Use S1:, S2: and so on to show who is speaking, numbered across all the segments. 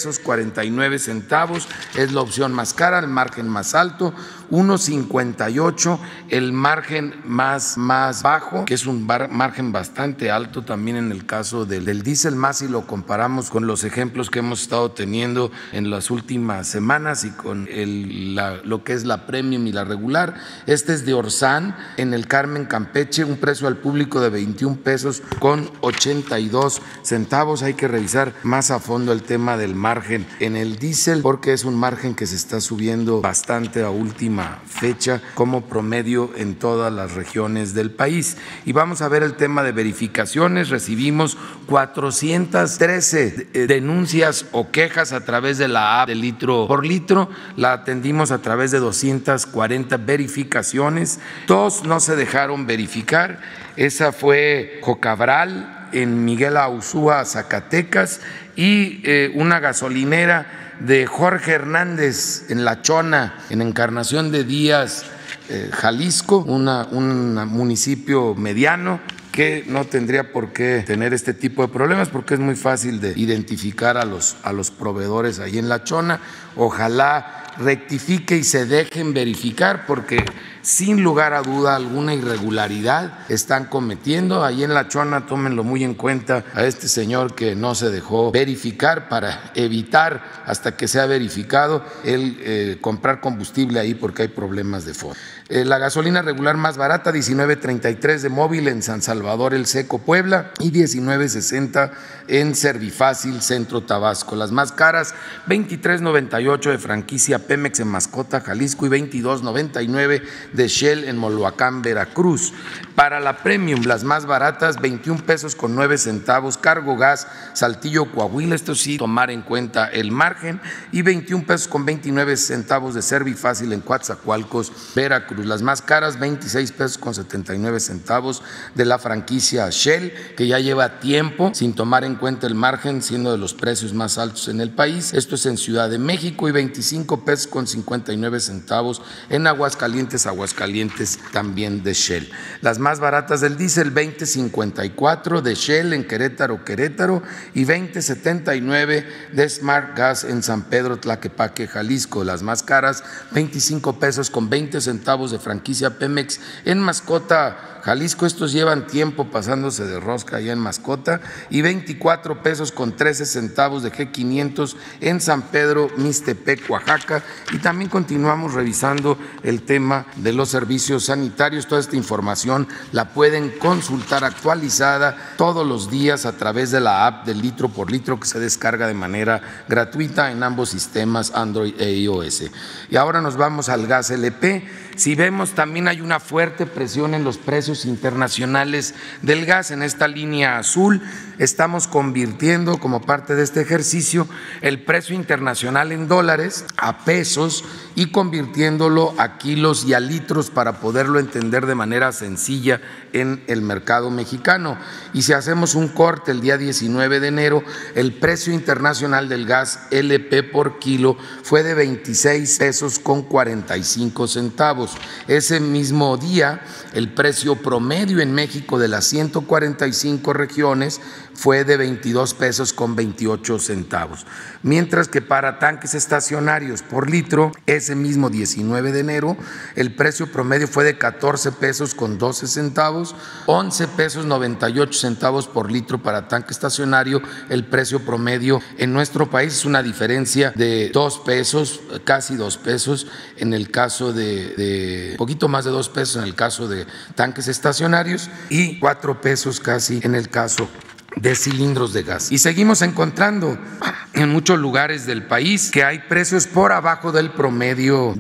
S1: 49 centavos es la opción más cara, el margen más alto, 1.58 el margen más bajo, que es un margen bastante alto también en el caso del diésel, más si lo comparamos con los ejemplos que hemos estado teniendo en las últimas semanas y con lo que es la premium y la regular. Este es de Orsan en el Carmen, Campeche, un precio al público de 21 pesos con 82 centavos. Hay que revisar más a fondo el tema del margen en el diésel porque es un margen que se está subiendo bastante a última fecha como promedio en todas las regiones del país. Y vamos a ver el tema de verificaciones. Recibimos 413 denuncias o quejas a través de la app de litro por litro. La atendimos a través de 240 verificaciones. 2 no se dejaron verificar. Esa fue Jocabral en Miguel Auzúa, Zacatecas, y una gasolinera de Jorge Hernández en La Chona, en Encarnación de Díaz, Jalisco, un municipio mediano que no tendría por qué tener este tipo de problemas porque es muy fácil de identificar a los proveedores ahí en La Chona. Ojalá rectifique y se dejen verificar porque sin lugar a duda alguna irregularidad están cometiendo. Ahí en La Chona tómenlo muy en cuenta a este señor que no se dejó verificar para evitar hasta que sea verificado el comprar combustible ahí porque hay problemas de fondo. La gasolina regular más barata 19.33 de Móvil en San Salvador El Seco, Puebla, y 19.60 en Servifácil, Centro Tabasco. Las más caras 23.98 de franquicia Pemex en Mascota, Jalisco, y 22.99 de Shell en Moloacán, Veracruz. Para la Premium, las más baratas 21 pesos con 9 centavos, Cargo Gas, Saltillo, Coahuila, esto sí tomar en cuenta el margen, y 21 pesos con 29 centavos de Servifácil en Coatzacoalcos, Veracruz. Las más caras 26 pesos con 79 centavos de la franquicia Shell, que ya lleva tiempo sin tomar en cuenta el margen, siendo de los precios más altos en el país. Esto es en Ciudad de México, y 25 pesos con 59 centavos en Aguascalientes también de Shell. Las más baratas del diésel 20.54 de Shell en Querétaro, y 20.79 de Smart Gas en San Pedro Tlaquepaque, Jalisco. Las más caras 25 pesos con 20 centavos de franquicia Pemex en Mascota, Jalisco. Estos llevan tiempo pasándose de rosca allá en Mascota, y 24 pesos con 13 centavos de G500 en San Pedro Mixtepec, Oaxaca. Y también continuamos revisando el tema de los servicios sanitarios. Toda esta información la pueden consultar actualizada todos los días a través de la app de Litro por Litro, que se descarga de manera gratuita en ambos sistemas Android e iOS. Y ahora nos vamos al gas LP. Si vemos, también hay una fuerte presión en los precios internacionales del gas. En esta línea azul estamos convirtiendo, como parte de este ejercicio, el precio internacional en dólares a pesos y convirtiéndolo a kilos y a litros para poderlo entender de manera sencilla en el mercado mexicano. Y si hacemos un corte el día 19 de enero, el precio internacional del gas LP por kilo fue de 26 pesos con 45 centavos. Ese mismo día, el precio promedio en México de las 145 regiones fue de 22 pesos con 28 centavos. Mientras que para tanques estacionarios por litro, ese mismo 19 de enero, el precio promedio fue de 14 pesos con 12 centavos, 11 pesos 98 centavos por litro para tanque estacionario. El precio promedio en nuestro país es una diferencia de 2 pesos, casi 2 pesos en el caso de poquito más de 2 pesos en el caso de tanques estacionarios, y 4 pesos casi en el caso de cilindros de gas. Y seguimos encontrando en muchos lugares del país que hay precios por abajo del promedio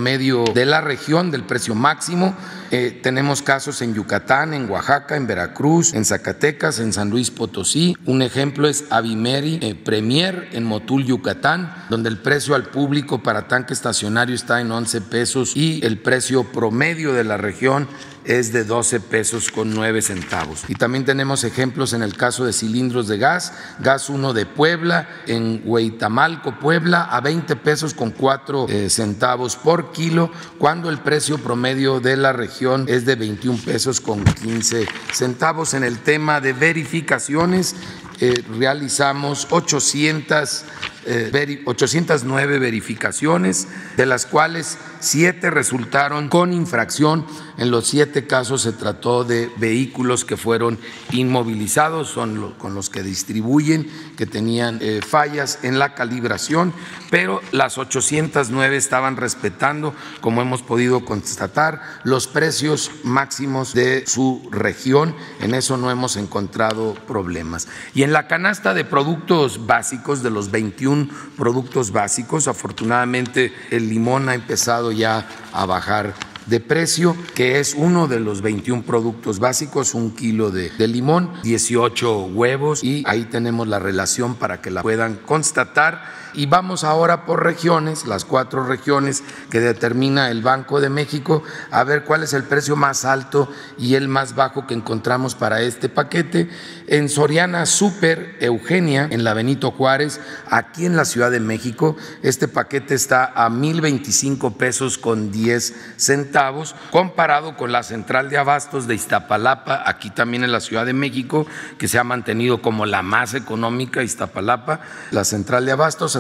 S1: de la región, del precio máximo. Tenemos casos en Yucatán, en Oaxaca, en Veracruz, en Zacatecas, en San Luis Potosí. Un ejemplo es Avimeri Premier en Motul, Yucatán, donde el precio al público para tanque estacionario está en 11 pesos y el precio promedio de la región es de 12 pesos con 9 centavos. Y también tenemos ejemplos en el caso de cilindros de gas, Gas 1 de Puebla, en Hueitamalco, Puebla, a 20 pesos con 4 centavos por kilo, cuando el precio promedio de la región es de 21 pesos con 15 centavos. En el tema de verificaciones, realizamos 800 809 verificaciones, de las cuales 7 resultaron con infracción. En los 7 casos se trató de vehículos que fueron inmovilizados, son con los que distribuyen, que tenían fallas en la calibración, pero las 809 estaban respetando, como hemos podido constatar, los precios máximos de su región. En eso no hemos encontrado problemas. Y en la canasta de productos básicos, de los 21 productos básicos, afortunadamente el limón ha empezado ya a bajar de precio, que es uno de los 21 productos básicos, 1 kilo de limón, 18 huevos, y ahí tenemos la relación para que la puedan constatar. Y vamos ahora por regiones, las 4 regiones que determina el Banco de México, a ver cuál es el precio más alto y el más bajo que encontramos para este paquete. En Soriana Súper Eugenia, en la Benito Juárez, aquí en la Ciudad de México, este paquete está a 1,025 pesos con 10 centavos, comparado con la Central de Abastos de Iztapalapa, aquí también en la Ciudad de México, que se ha mantenido como la más económica, Iztapalapa, la Central de Abastos, a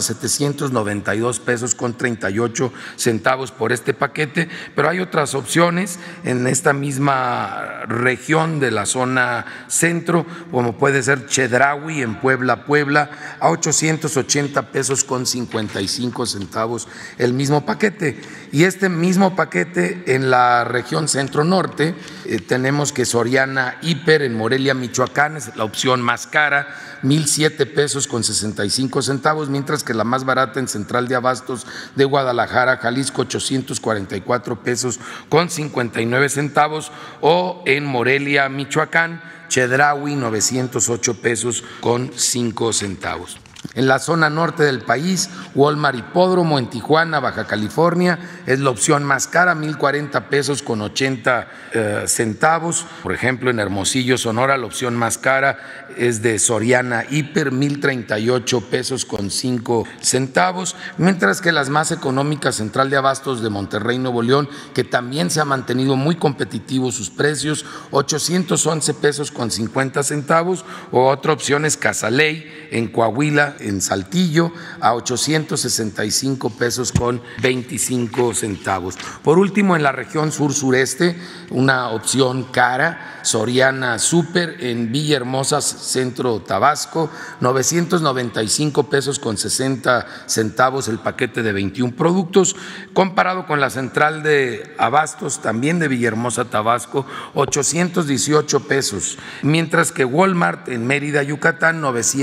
S1: 792 pesos con 38 centavos por este paquete. Pero hay otras opciones en esta misma región de la zona centro, como puede ser Chedraui en Puebla, a 880 pesos con 55 centavos el mismo paquete. Y este mismo paquete en la región centro-norte tenemos que Soriana Hiper en Morelia, Michoacán, es la opción más cara, 1,007 pesos con 65 centavos, mientras que la más barata en Central de Abastos de Guadalajara, Jalisco, 844 pesos con 59 centavos, o en Morelia, Michoacán, Chedraui, 908 pesos con 5 centavos. En la zona norte del país, Walmart Hipódromo en Tijuana, Baja California, es la opción más cara, 1,040 pesos con 80 centavos. Por ejemplo, en Hermosillo, Sonora, la opción más cara es de Soriana Hiper, 1,038 pesos con 5 centavos, mientras que las más económicas, Central de Abastos de Monterrey, Nuevo León, que también se ha mantenido muy competitivos sus precios, 811 pesos con 50 centavos, o otra opción es Casaley en Coahuila, en Saltillo, a 865 pesos con 25 centavos. Por último, en la región sur-sureste, una opción cara, Soriana Súper en Villahermosa, Centro Tabasco, 995 pesos con 60 centavos el paquete de 21 productos, comparado con la Central de Abastos, también de Villahermosa, Tabasco, 818 pesos, mientras que Walmart en Mérida, Yucatán,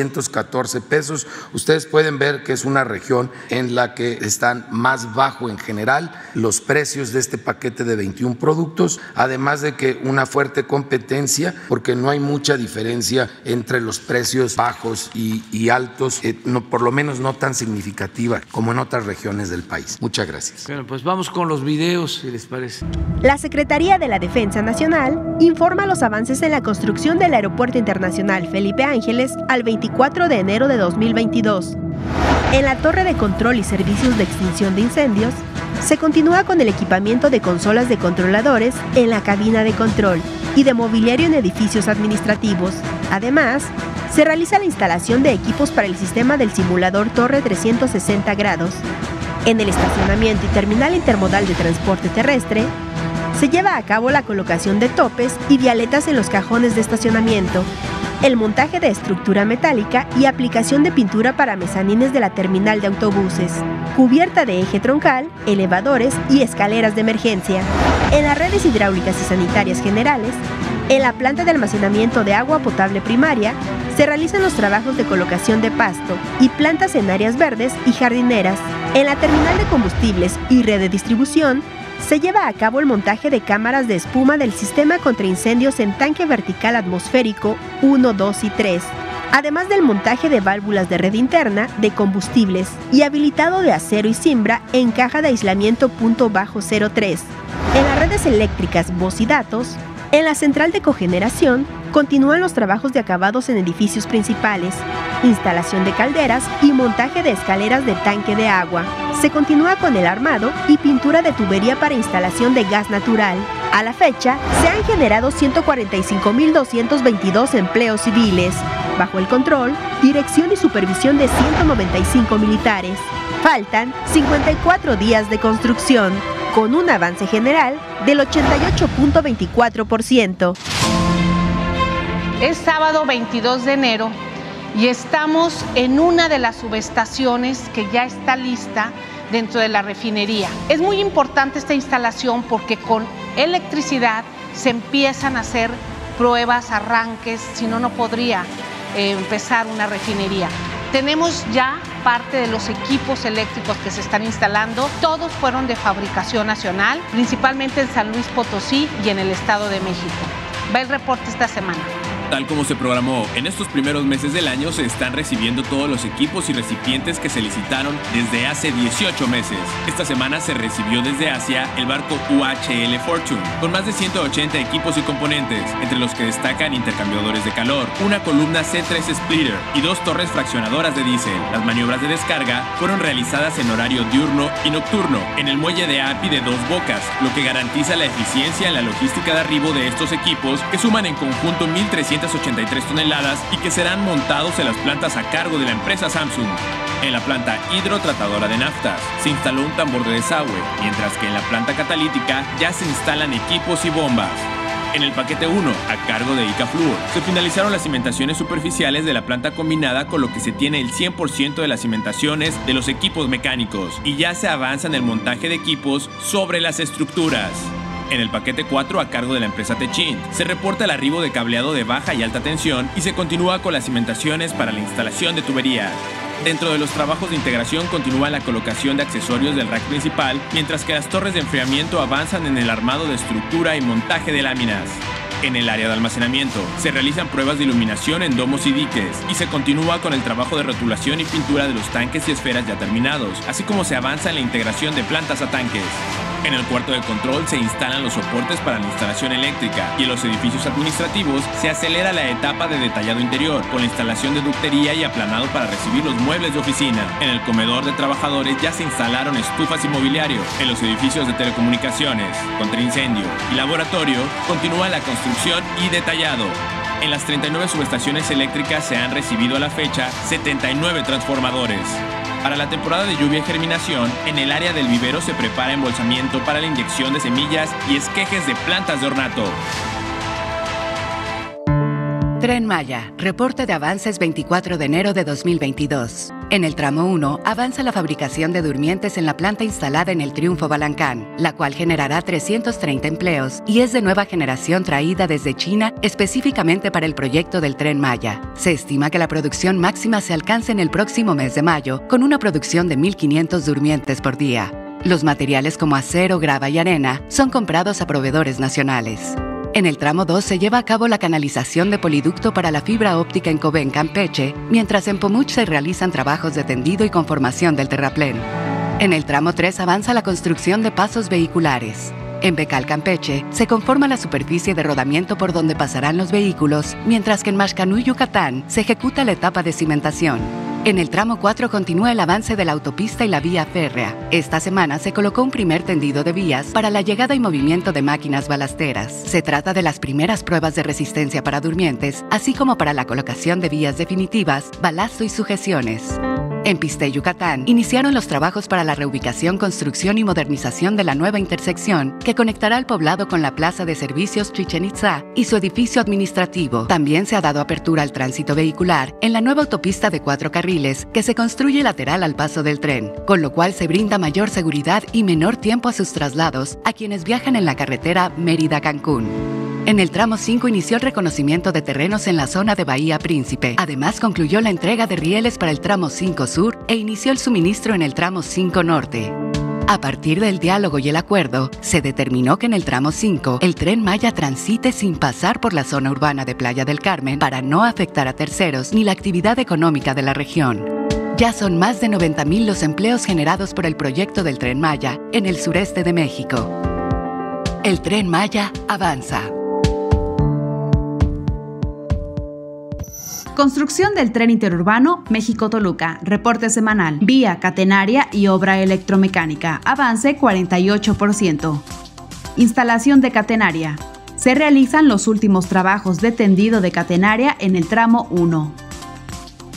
S1: 914 pesos. Ustedes pueden ver que es una región en la que están más bajo en general los precios de este paquete de 21 productos, además de que una fuerte competencia, porque no hay mucha diferencia entre los precios bajos y altos, por lo menos no tan significativa como en otras regiones del país. Muchas gracias.
S2: Bueno, pues vamos con los videos, si les parece.
S3: La Secretaría de la Defensa Nacional informa los avances en la construcción del Aeropuerto Internacional Felipe Ángeles al 24 de enero de 2022. En la Torre de Control y Servicios de Extinción de Incendios, se continúa con el equipamiento de consolas de controladores en la cabina de control y de mobiliario en edificios administrativos. Además, se realiza la instalación de equipos para el sistema del simulador Torre 360 grados. En el estacionamiento y terminal intermodal de transporte terrestre, se lleva a cabo la colocación de topes y vialetas en los cajones de estacionamiento, el montaje de estructura metálica y aplicación de pintura para mezanines de la terminal de autobuses, cubierta de eje troncal, elevadores y escaleras de emergencia. En las redes hidráulicas y sanitarias generales, en la planta de almacenamiento de agua potable primaria, se realizan los trabajos de colocación de pasto y plantas en áreas verdes y jardineras. En la terminal de combustibles y red de distribución, se lleva a cabo el montaje de cámaras de espuma del sistema contra incendios en tanque vertical atmosférico 1, 2 y 3, además del montaje de válvulas de red interna de combustibles y habilitado de acero y cimbra en caja de aislamiento .03. En las redes eléctricas, voz y datos, en la central de cogeneración, continúan los trabajos de acabados en edificios principales, instalación de calderas y montaje de escaleras de tanque de agua. Se continúa con el armado y pintura de tubería para instalación de gas natural. A la fecha, se han generado 145.222 empleos civiles. bajo el control, dirección y supervisión de 195 militares. Faltan 54 días de construcción, con un avance general del 88.24%.
S4: Es sábado 22 de enero y estamos en una de las subestaciones que ya está lista dentro de la refinería. Es muy importante esta instalación porque con electricidad se empiezan a hacer pruebas, arranques, si no, no podría empezar una refinería. Tenemos ya parte de los equipos eléctricos que se están instalando, todos fueron de fabricación nacional, principalmente en San Luis Potosí y en el Estado de México. Va el reporte esta semana.
S5: Tal como se programó, en estos primeros meses del año se están recibiendo todos los equipos y recipientes que se licitaron desde hace 18 meses. Esta semana se recibió desde Asia el barco UHL Fortune, con más de 180 equipos y componentes, entre los que destacan intercambiadores de calor, una columna C3 splitter y 2 torres fraccionadoras de diésel. Las maniobras de descarga fueron realizadas en horario diurno y nocturno, en el muelle de API de Dos Bocas, lo que garantiza la eficiencia en la logística de arribo de estos equipos, que suman en conjunto 1.383 toneladas y que serán montados en las plantas a cargo de la empresa Samsung. En la planta hidrotratadora de naftas se instaló un tambor de desagüe, mientras que en la planta catalítica ya se instalan equipos y bombas. En el paquete 1, a cargo de Icafluor, se finalizaron las cimentaciones superficiales de la planta combinada, con lo que se tiene el 100% de las cimentaciones de los equipos mecánicos y ya se avanza en el montaje de equipos sobre las estructuras. En el paquete 4, a cargo de la empresa Techint, se reporta el arribo de cableado de baja y alta tensión y se continúa con las cimentaciones para la instalación de tubería. Dentro de los trabajos de integración continúa la colocación de accesorios del rack principal, mientras que las torres de enfriamiento avanzan en el armado de estructura y montaje de láminas. En el área de almacenamiento se realizan pruebas de iluminación en domos y diques y se continúa con el trabajo de rotulación y pintura de los tanques y esferas ya terminados, así como se avanza en la integración de plantas a tanques. En el cuarto de control se instalan los soportes para la instalación eléctrica y en los edificios administrativos se acelera la etapa de detallado interior con la instalación de ductería y aplanado para recibir los muebles de oficina. En el comedor de trabajadores ya se instalaron estufas y mobiliario. En los edificios de telecomunicaciones, contraincendio y laboratorio continúa la construcción y detallado. En las 39 subestaciones eléctricas se han recibido a la fecha 79 transformadores. Para la temporada de lluvia y germinación, en el área del vivero se prepara embolsamiento para la inyección de semillas y esquejes de plantas de ornato.
S6: Tren Maya, reporte de avances 24 de enero de 2022. En el tramo 1, avanza la fabricación de durmientes en la planta instalada en el Triunfo Balancán, la cual generará 330 empleos y es de nueva generación traída desde China específicamente para el proyecto del Tren Maya. Se estima que la producción máxima se alcance en el próximo mes de mayo, con una producción de 1.500 durmientes por día. Los materiales como acero, grava y arena son comprados a proveedores nacionales. En el tramo 2 se lleva a cabo la canalización de poliducto para la fibra óptica en Cobén, Campeche, mientras en Pomuch se realizan trabajos de tendido y conformación del terraplén. En el tramo 3 avanza la construcción de pasos vehiculares. En Becal, Campeche, se conforma la superficie de rodamiento por donde pasarán los vehículos, mientras que en Maxcanú, Yucatán, se ejecuta la etapa de cimentación. En el tramo 4 continúa el avance de la autopista y la vía férrea. Esta semana se colocó un primer tendido de vías para la llegada y movimiento de máquinas balasteras. Se trata de las primeras pruebas de resistencia para durmientes, así como para la colocación de vías definitivas, balasto y sujeciones. En Piste, Yucatán, iniciaron los trabajos para la reubicación, construcción y modernización de la nueva intersección que conectará al poblado con la Plaza de Servicios Chichén Itzá y su edificio administrativo. También se ha dado apertura al tránsito vehicular en la nueva autopista de 4 carriles que se construye lateral al paso del tren, con lo cual se brinda mayor seguridad y menor tiempo a sus traslados a quienes viajan en la carretera Mérida-Cancún. En el tramo 5 inició el reconocimiento de terrenos en la zona de Bahía Príncipe. Además, concluyó la entrega de rieles para el tramo 5 Sur e inició el suministro en el tramo 5 Norte. A partir del diálogo y el acuerdo, se determinó que en el tramo 5 el Tren Maya transite sin pasar por la zona urbana de Playa del Carmen para no afectar a terceros ni la actividad económica de la región. Ya son más de 90,000 los empleos generados por el proyecto del Tren Maya en el sureste de México. El Tren Maya avanza.
S7: Construcción del tren interurbano México-Toluca, reporte semanal, vía catenaria y obra electromecánica, avance 48%. Instalación de catenaria. Se realizan los últimos trabajos de tendido de catenaria en el tramo 1.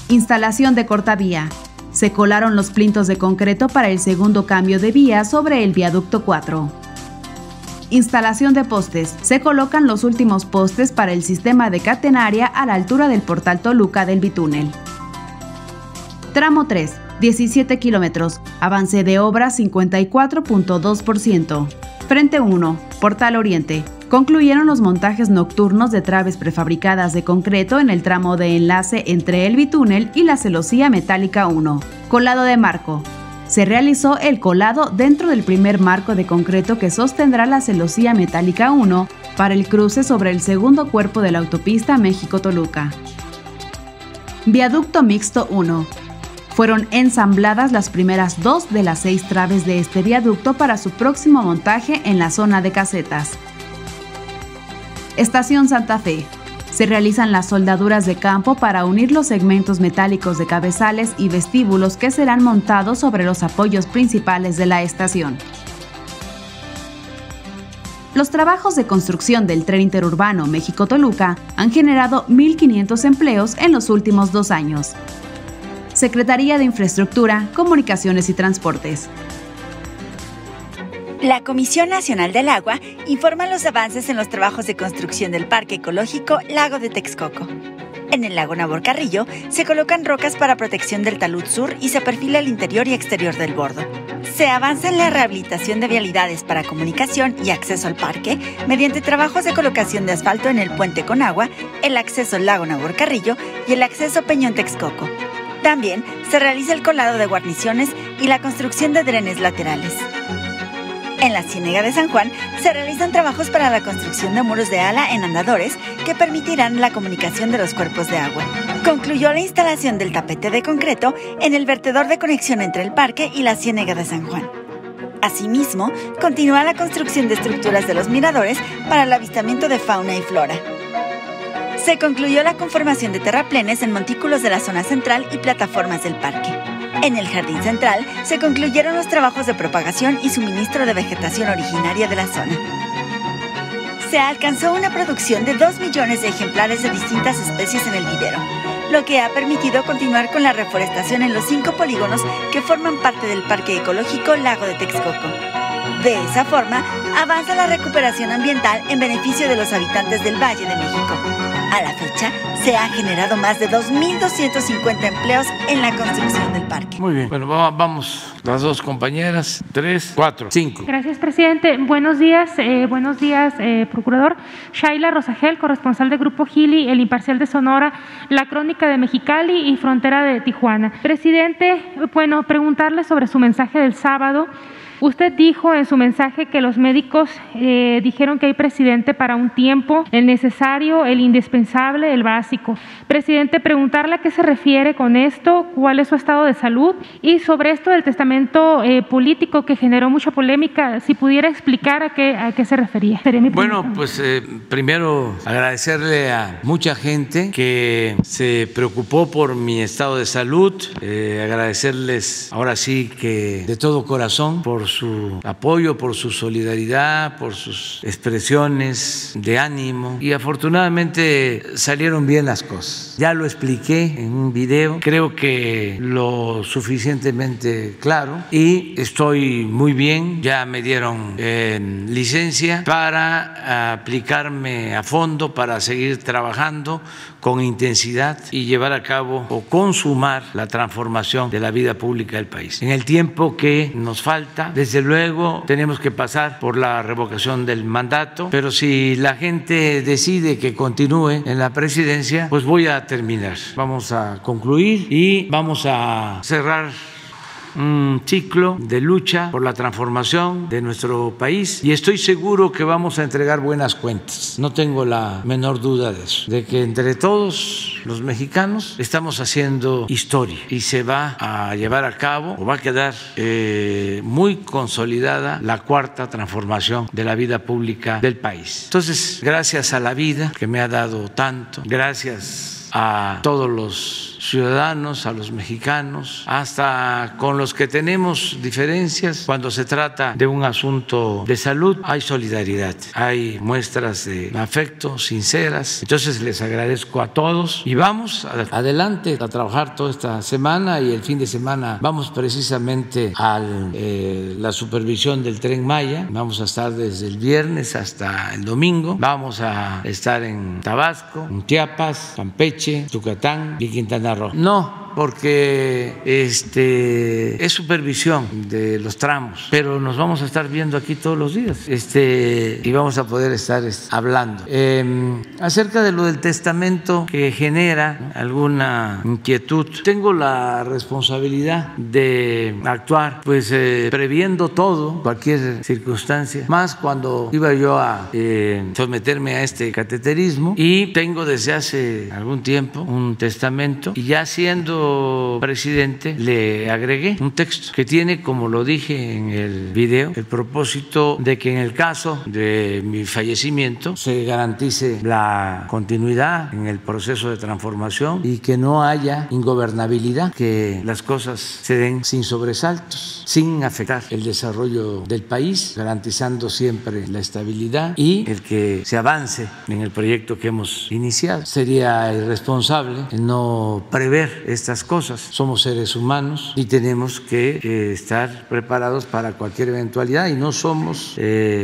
S7: Instalación de cortavía. Se colaron los plintos de concreto para el segundo cambio de vía sobre el viaducto 4. Instalación de postes. Se colocan los últimos postes para el sistema de catenaria a la altura del portal Toluca del bitúnel. Tramo 3, 17 kilómetros. Avance de obra 54.2%. Frente 1, Portal Oriente. Concluyeron los montajes nocturnos de traves prefabricadas de concreto en el tramo de enlace entre el bitúnel y la celosía metálica 1. Colado de marco. Se realizó el colado dentro del primer marco de concreto que sostendrá la celosía metálica 1 para el cruce sobre el segundo cuerpo de la autopista México-Toluca. Viaducto Mixto 1. Fueron ensambladas las primeras 2 de las 6 traves de este viaducto para su próximo montaje en la zona de casetas. Estación Santa Fe. Se realizan las soldaduras de campo para unir los segmentos metálicos de cabezales y vestíbulos que serán montados sobre los apoyos principales de la estación. Los trabajos de construcción del tren interurbano México-Toluca han generado 1.500 empleos en los últimos 2 años. Secretaría de Infraestructura, Comunicaciones y Transportes.
S8: La Comisión Nacional del Agua informa los avances en los trabajos de construcción del Parque Ecológico Lago de Texcoco. En el lago Nabor Carrillo se colocan rocas para protección del talud sur y se perfila el interior y exterior del bordo. Se avanza en la rehabilitación de vialidades para comunicación y acceso al parque mediante trabajos de colocación de asfalto en el puente con agua, el acceso al lago Nabor Carrillo y el acceso Peñón Texcoco. También se realiza el colado de guarniciones y la construcción de drenes laterales. En la Ciénega de San Juan se realizan trabajos para la construcción de muros de ala en andadores que permitirán la comunicación de los cuerpos de agua. Concluyó la instalación del tapete de concreto en el vertedor de conexión entre el parque y la Ciénega de San Juan. Asimismo, continúa la construcción de estructuras de los miradores para el avistamiento de fauna y flora. Se concluyó la conformación de terraplenes en montículos de la zona central y plataformas del parque. En el jardín central se concluyeron los trabajos de propagación y suministro de vegetación originaria de la zona. Se alcanzó una producción de 2 millones de ejemplares de distintas especies en el vivero, lo que ha permitido continuar con la reforestación en los 5 polígonos que forman parte del Parque Ecológico Lago de Texcoco. De esa forma, avanza la recuperación ambiental en beneficio de los habitantes del Valle de México. A la fecha, se han generado más de 2.250 empleos en la construcción del parque.
S1: Muy bien. Bueno, vamos las 2 compañeras. 3, 4, 5.
S9: Gracias, presidente. Buenos días, procurador. Shaila Rosagel, corresponsal de Grupo Gili, El Imparcial de Sonora, La Crónica de Mexicali y Frontera de Tijuana. Presidente, preguntarle sobre su mensaje del sábado. Usted dijo en su mensaje que los médicos dijeron que hay presidente para un tiempo, el necesario, el indispensable, el básico. Presidente, preguntarle a qué se refiere con esto, cuál es su estado de salud y sobre esto del testamento político que generó mucha polémica, si pudiera explicar a qué se refería.
S2: Bueno, pues primero agradecerle a mucha gente que se preocupó por mi estado de salud, agradecerles ahora sí que de todo corazón por su apoyo, por su solidaridad, por sus expresiones de ánimo y afortunadamente salieron bien las cosas. Ya lo expliqué en un video, creo que lo suficientemente claro y estoy muy bien, ya me dieron licencia para aplicarme a fondo, para seguir trabajando con intensidad y llevar a cabo o consumar la transformación de la vida pública del país. En el tiempo que nos falta, desde luego tenemos que pasar por la revocación del mandato, pero si la gente decide que continúe en la presidencia, pues voy a terminar. Vamos a concluir y vamos a cerrar un ciclo de lucha por la transformación de nuestro país y estoy seguro que vamos a entregar buenas cuentas. No tengo la menor duda de eso, de que entre todos los mexicanos estamos haciendo historia y se va a llevar a cabo o va a quedar muy consolidada la 4ª transformación de la vida pública del país. Entonces, gracias a la vida que me ha dado tanto, gracias a todos los ciudadanos, a los mexicanos, hasta con los que tenemos diferencias. Cuando se trata de un asunto de salud, hay solidaridad, hay muestras de afecto sinceras. Entonces les agradezco a todos y vamos adelante a trabajar toda esta semana, y el fin de semana vamos precisamente a la supervisión del Tren Maya. Vamos a estar desde el viernes hasta el domingo. Vamos a estar en Tabasco, en Chiapas, Campeche, Yucatán y Quintana Roo. No, porque es supervisión de los tramos, pero nos vamos a estar viendo aquí todos los días y vamos a poder estar hablando. Acerca de lo del testamento que genera alguna inquietud, tengo la responsabilidad de actuar pues previendo todo, cualquier circunstancia, más cuando iba yo a someterme a este cateterismo, y tengo desde hace algún tiempo un testamento, y ya siendo presidente le agregué un texto que tiene, como lo dije en el video, el propósito de que en el caso de mi fallecimiento se garantice la continuidad en el proceso de transformación y que no haya ingobernabilidad, que las cosas se den sin sobresaltos, sin afectar el desarrollo del país, garantizando siempre la estabilidad y el que se avance en el proyecto que hemos iniciado. Sería irresponsable el no prever estas cosas. Somos seres humanos y tenemos que estar preparados para cualquier eventualidad, y no somos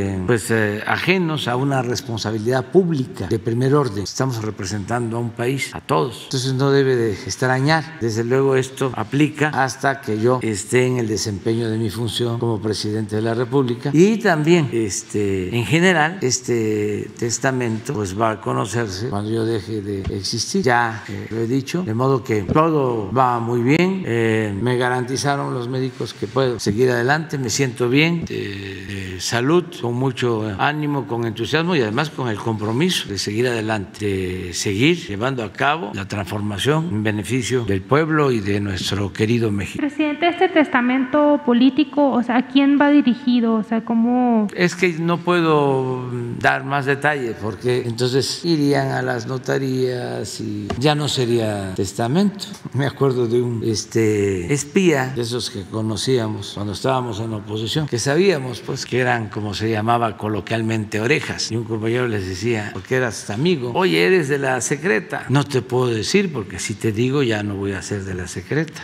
S2: ajenos a una responsabilidad pública de primer orden. Estamos representando a un país, a todos. Entonces no debe de extrañar. Desde luego esto aplica hasta que yo esté en el desempeño de mi función como presidente de la República, y también en general este testamento pues va a conocerse cuando yo deje de existir. Ya lo he dicho, de modo que todo va muy bien. Me garantizaron los médicos que puedo seguir adelante, me siento bien, de salud, con mucho ánimo, con entusiasmo y además con el compromiso de seguir adelante, de seguir llevando a cabo la transformación en beneficio del pueblo y de nuestro querido México.
S9: Presidente, este testamento político, o sea, ¿a quién va dirigido? O sea, ¿cómo? Es que
S2: no puedo dar más detalles porque entonces irían a las notarías y ya no sería testamento. Me acuerdo de un espía, de esos que conocíamos cuando estábamos en la oposición, que sabíamos pues que eran, como se llamaba coloquialmente, orejas, y un compañero les decía, porque eras amigo, oye, eres de la secreta. No te puedo decir porque si te digo ya no voy a ser de la secreta.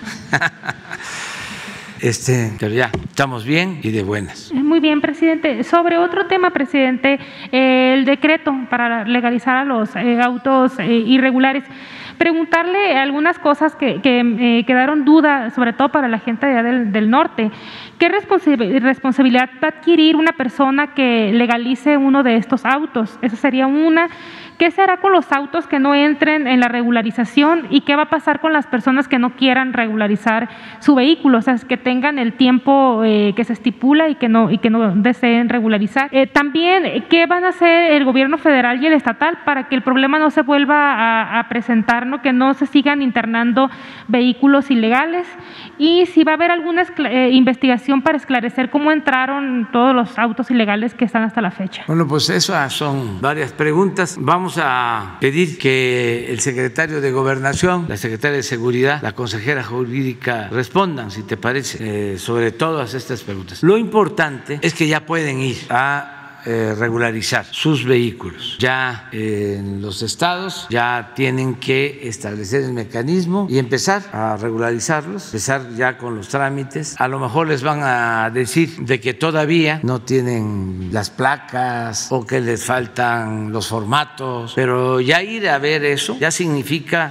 S2: Pero ya, estamos bien y de buenas.
S9: Muy bien, presidente. Sobre otro tema, presidente, el decreto para legalizar a los autos irregulares. Preguntarle algunas cosas que quedaron duda, sobre todo para la gente de allá del norte. ¿Qué responsabilidad va a adquirir una persona que legalice uno de estos autos? Esa sería una. ¿Qué se hará con los autos que no entren en la regularización y qué va a pasar con las personas que no quieran regularizar su vehículo? O sea, que tengan el tiempo que se estipula y que no deseen regularizar. También, ¿qué van a hacer el gobierno federal y el estatal para que el problema no se vuelva a presentar, ¿no? Que no se sigan internando vehículos ilegales? Y si va a haber alguna investigación para esclarecer cómo entraron todos los autos ilegales que están hasta la fecha.
S2: Bueno, pues esas son varias preguntas. Vamos a pedir que el secretario de Gobernación, la secretaria de Seguridad, la consejera jurídica respondan, si te parece, sobre todas estas preguntas. Lo importante es que ya pueden ir a regularizar sus vehículos. Ya en los estados ya tienen que establecer el mecanismo y empezar a regularizarlos, empezar ya con los trámites. A lo mejor les van a decir de que todavía no tienen las placas o que les faltan los formatos, pero ya ir a ver eso ya significa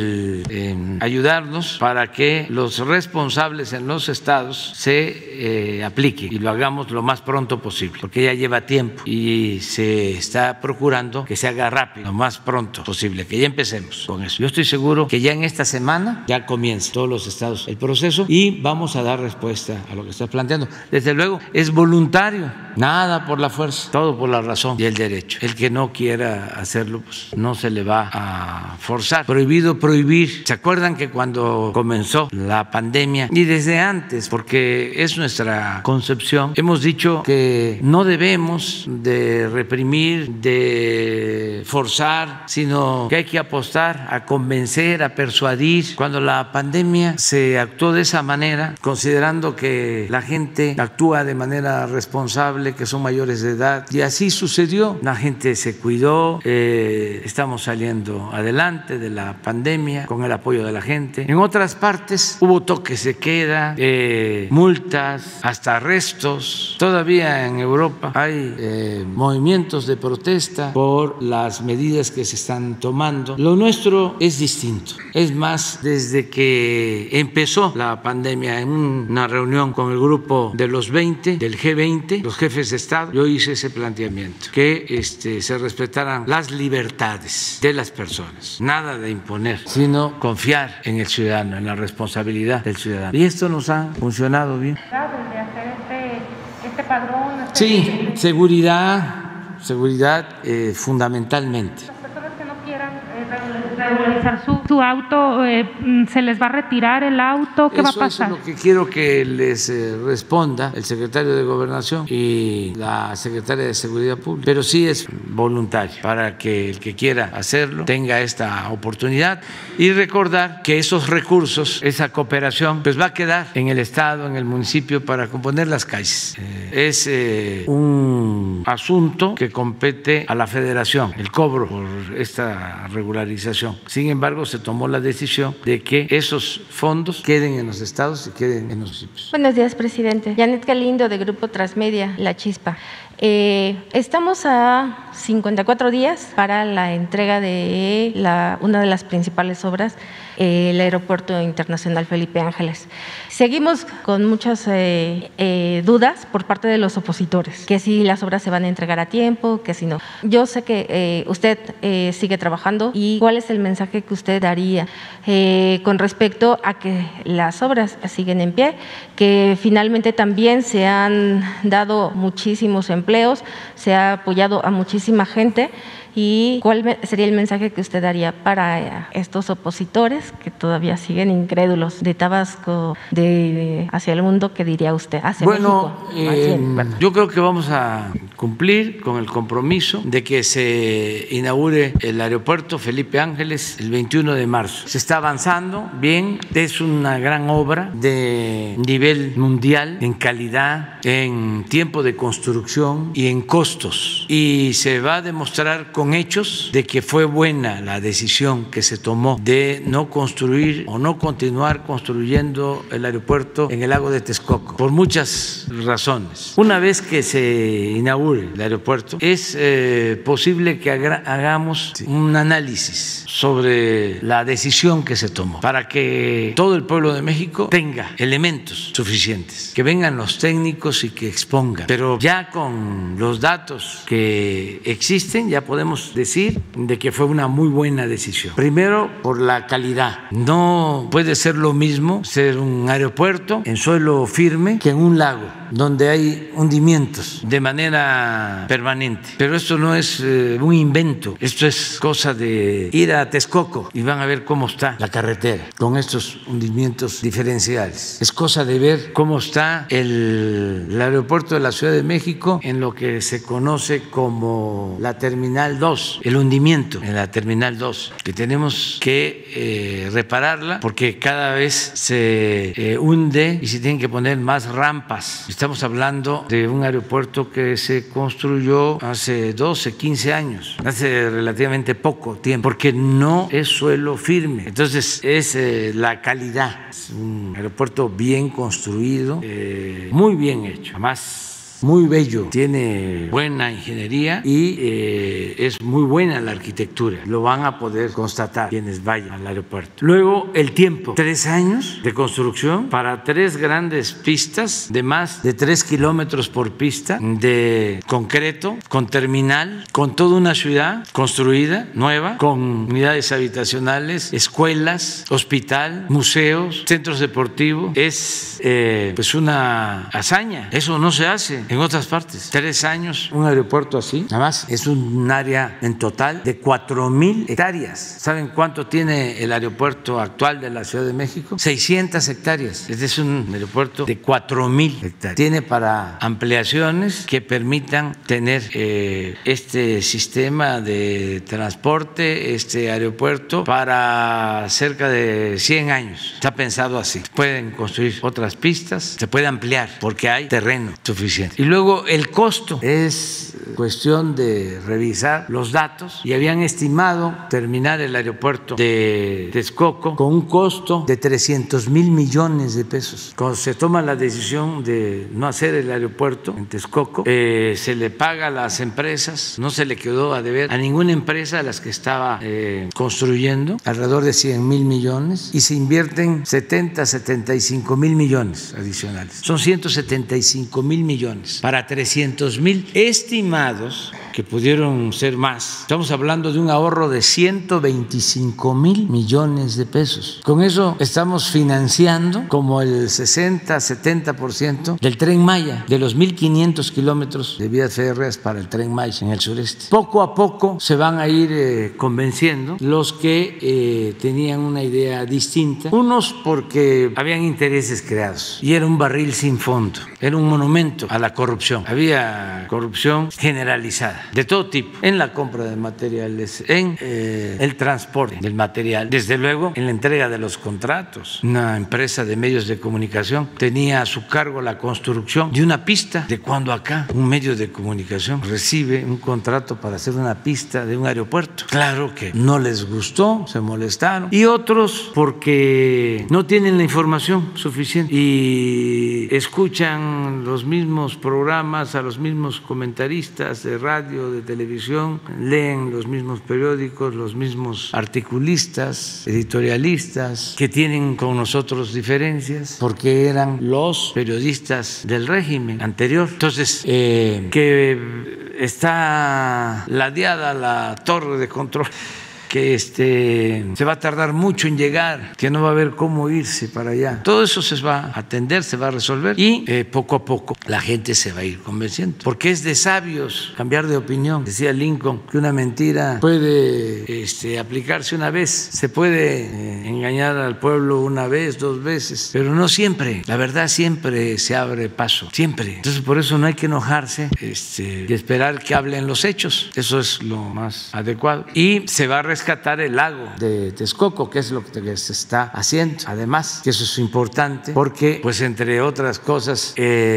S2: ayudarnos para que los responsables en los estados se apliquen y lo hagamos lo más pronto posible, porque ya lleva tiempo y se está procurando que se haga rápido, lo más pronto posible, que ya empecemos con eso. Yo estoy seguro que ya en esta semana ya comienza todos los estados el proceso y vamos a dar respuesta a lo que estás planteando. Desde luego es voluntario, nada por la fuerza, todo por la razón y el derecho. El que no quiera hacerlo, pues no se le va a forzar. Prohibido prohibir. ¿Se acuerdan que cuando comenzó la pandemia y desde antes, porque es nuestra concepción, hemos dicho que no debemos dejemos de reprimir, de forzar, sino que hay que apostar a convencer, a persuadir. Cuando la pandemia se actuó de esa manera, considerando que la gente actúa de manera responsable, que son mayores de edad, y así sucedió. La gente se cuidó, estamos saliendo adelante de la pandemia con el apoyo de la gente. En otras partes hubo toques de queda, multas, hasta arrestos. Todavía en Europa hay movimientos de protesta por las medidas que se están tomando. Lo nuestro es distinto. Es más, desde que empezó la pandemia, en una reunión con el grupo de los 20, del G20, los jefes de Estado, yo hice ese planteamiento, que se respetaran las libertades de las personas, nada de imponer, sino confiar en el ciudadano, en la responsabilidad del ciudadano. Y esto nos ha funcionado bien.
S9: De hacer este padrón.
S2: Sí, seguridad fundamentalmente.
S9: Las personas que no quieran regularizar su auto, ¿se les va a retirar el auto? ¿Qué va a pasar?
S2: Eso es lo que quiero que les responda el secretario de Gobernación y la secretaria de Seguridad Pública. Pero sí es voluntario, para que el que quiera hacerlo tenga esta oportunidad, y recordar que esos recursos, esa cooperación, pues va a quedar en el Estado, en el municipio, para componer las calles. Es un asunto que compete a la Federación, el cobro por esta regularización. Sin embargo, se tomó la decisión de que esos fondos queden en los estados y queden en los municipios.
S10: Buenos días, presidente. Janet Galindo, de Grupo Transmedia, La Chispa. Estamos a 54 días para la entrega de una de las principales obras, el Aeropuerto Internacional Felipe Ángeles. Seguimos con muchas dudas por parte de los opositores, que si las obras se van a entregar a tiempo, que si no. Yo sé que usted sigue trabajando, y ¿cuál es el mensaje que usted daría con respecto a que las obras siguen en pie, que finalmente también se han dado muchísimos empleos, se ha apoyado a muchísima gente? ¿Y cuál sería el mensaje que usted daría para estos opositores que todavía siguen incrédulos de Tabasco, hacia el mundo? ¿Qué diría usted? Hacia México.
S2: Yo creo que vamos a cumplir con el compromiso de que se inaugure el aeropuerto Felipe Ángeles el 21 de marzo. Se está avanzando bien, es una gran obra de nivel mundial en calidad, en tiempo de construcción y en costos, y se va a demostrar con hechos de que fue buena la decisión que se tomó de no construir o no continuar construyendo el aeropuerto en el lago de Texcoco, por muchas razones. Una vez que se inaugure el aeropuerto, es posible que hagamos un análisis sobre la decisión que se tomó, para que todo el pueblo de México tenga elementos suficientes, que vengan los técnicos y que expongan. Pero ya con los datos que existen, ya podemos decir de que fue una muy buena decisión. Primero, por la calidad. No puede ser lo mismo ser un aeropuerto en suelo firme que en un lago, donde hay hundimientos de manera permanente. Pero esto no es un invento, esto es cosa de ir a Texcoco y van a ver cómo está la carretera con estos hundimientos diferenciales. Es cosa de ver cómo está el aeropuerto de la Ciudad de México en lo que se conoce como la Terminal 2, el hundimiento en la Terminal 2, que tenemos que repararla porque cada vez se hunde y se tienen que poner más rampas. Estamos hablando de un aeropuerto que se construyó hace 12, 15 años, hace relativamente poco tiempo, porque no es suelo firme. Entonces es la calidad, es un aeropuerto bien construido, muy bien hecho, además muy bello, tiene buena ingeniería y es muy buena la arquitectura. Lo van a poder constatar quienes vayan al aeropuerto. Luego, el tiempo, 3 años de construcción para 3 grandes pistas de más de 3 kilómetros por pista de concreto, con terminal, con toda una ciudad construida, nueva, con unidades habitacionales, escuelas, hospital, museos, centros deportivos. Es pues una hazaña. Eso no se hace en otras partes. 3 años, un aeropuerto así. Nada más es un área en total de 4,000 hectáreas. ¿Saben cuánto tiene el aeropuerto actual de la Ciudad de México? 600 hectáreas. Este es un aeropuerto de 4,000 hectáreas. Tiene para ampliaciones que permitan tener este sistema de transporte, este aeropuerto, para cerca de 100 años. Está pensado así. Pueden construir otras pistas, se puede ampliar porque hay terreno suficiente. Y luego el costo es cuestión de revisar los datos y habían estimado terminar el aeropuerto de Texcoco con un costo de 300,000 millones de pesos. Cuando se toma la decisión de no hacer el aeropuerto en Texcoco, se le paga a las empresas, no se le quedó a deber a ninguna empresa a las que estaba construyendo, alrededor de 100,000 millones, y se invierten 75,000 millones adicionales. Son 175,000 millones para 300,000 estimados, que pudieron ser más. Estamos hablando de un ahorro de 125,000 millones de pesos. Con eso estamos financiando como el 60-70% del Tren Maya, de los 1,500 kilómetros de vías férreas para el Tren Maya en el sureste. Poco a poco se van a ir convenciendo los que tenían una idea distinta, unos porque habían intereses creados y era un barril sin fondo, era un monumento a la corrupción. Había corrupción generalizada de todo tipo, en la compra de materiales, en el transporte del material, desde luego en la entrega de los contratos. Una empresa de medios de comunicación tenía a su cargo la construcción de una pista. ¿De cuando acá un medio de comunicación recibe un contrato para hacer una pista de un aeropuerto? Claro que no les gustó, se molestaron. Y otros porque no tienen la información suficiente y escuchan los mismos programas, a los mismos comentaristas de radio, de televisión, leen los mismos periódicos, los mismos articulistas, editorialistas, que tienen con nosotros diferencias porque eran los periodistas del régimen anterior. Entonces, que está ladeada la torre de control, que se va a tardar mucho en llegar, que no va a haber cómo irse para allá. Todo eso se va a atender, se va a resolver y poco a poco la gente se va a ir convenciendo. Porque es de sabios cambiar de opinión. Decía Lincoln que una mentira puede aplicarse una vez, se puede engañar al pueblo una vez, 2 veces, pero no siempre. La verdad siempre se abre paso, siempre. Entonces por eso no hay que enojarse y esperar que hablen los hechos. Eso es lo más adecuado. Y se va a rescatar el lago de Texcoco, que es lo que se está haciendo. Además, que eso es importante porque, pues entre otras cosas,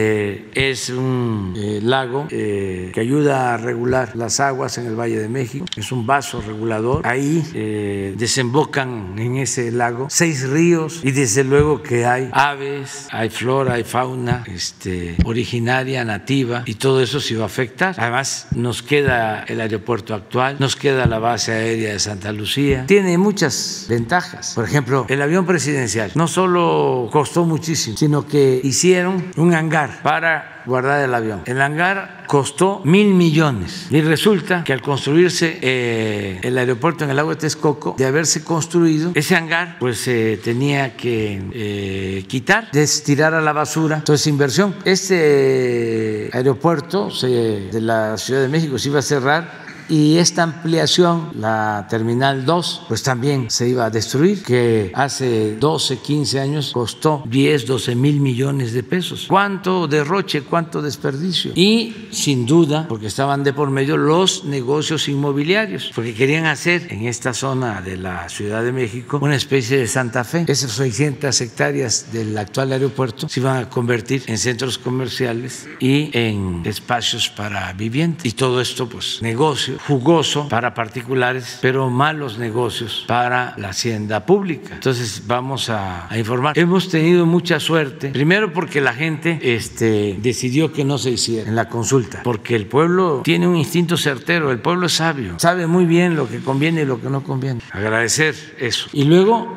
S2: es un lago que ayuda a regular las aguas en el Valle de México. Es un vaso regulador. Ahí desembocan en ese lago 6 ríos y desde luego que hay aves, hay flora, hay fauna originaria, nativa, y todo eso se va a afectar. Además, nos queda el aeropuerto actual, nos queda la base aérea de Santa Lucía. Tiene muchas ventajas. Por ejemplo, el avión presidencial no solo costó muchísimo, sino que hicieron un hangar para guardar el avión. El hangar costó 1,000 millones y resulta que al construirse el aeropuerto en el lago de Texcoco, de haberse construido ese hangar, pues se tenía que quitar, tirar a la basura toda esa inversión. Este aeropuerto de la Ciudad de México se iba a cerrar y esta ampliación, la Terminal 2, pues también se iba a destruir, que hace 12, 15 años costó 10, 12 mil millones de pesos. ¿Cuánto derroche, cuánto desperdicio? Y sin duda, porque estaban de por medio los negocios inmobiliarios, porque querían hacer en esta zona de la Ciudad de México una especie de Santa Fe. Esas 600 hectáreas del actual aeropuerto se iban a convertir en centros comerciales y en espacios para vivienda. Y todo esto, pues, negocio jugoso para particulares, pero malos negocios para la hacienda pública. Entonces vamos a informar. Hemos tenido mucha suerte, primero porque la gente decidió que no se hiciera en la consulta, porque el pueblo tiene un instinto certero, el pueblo es sabio, sabe muy bien lo que conviene y lo que no conviene. Agradecer eso. Y luego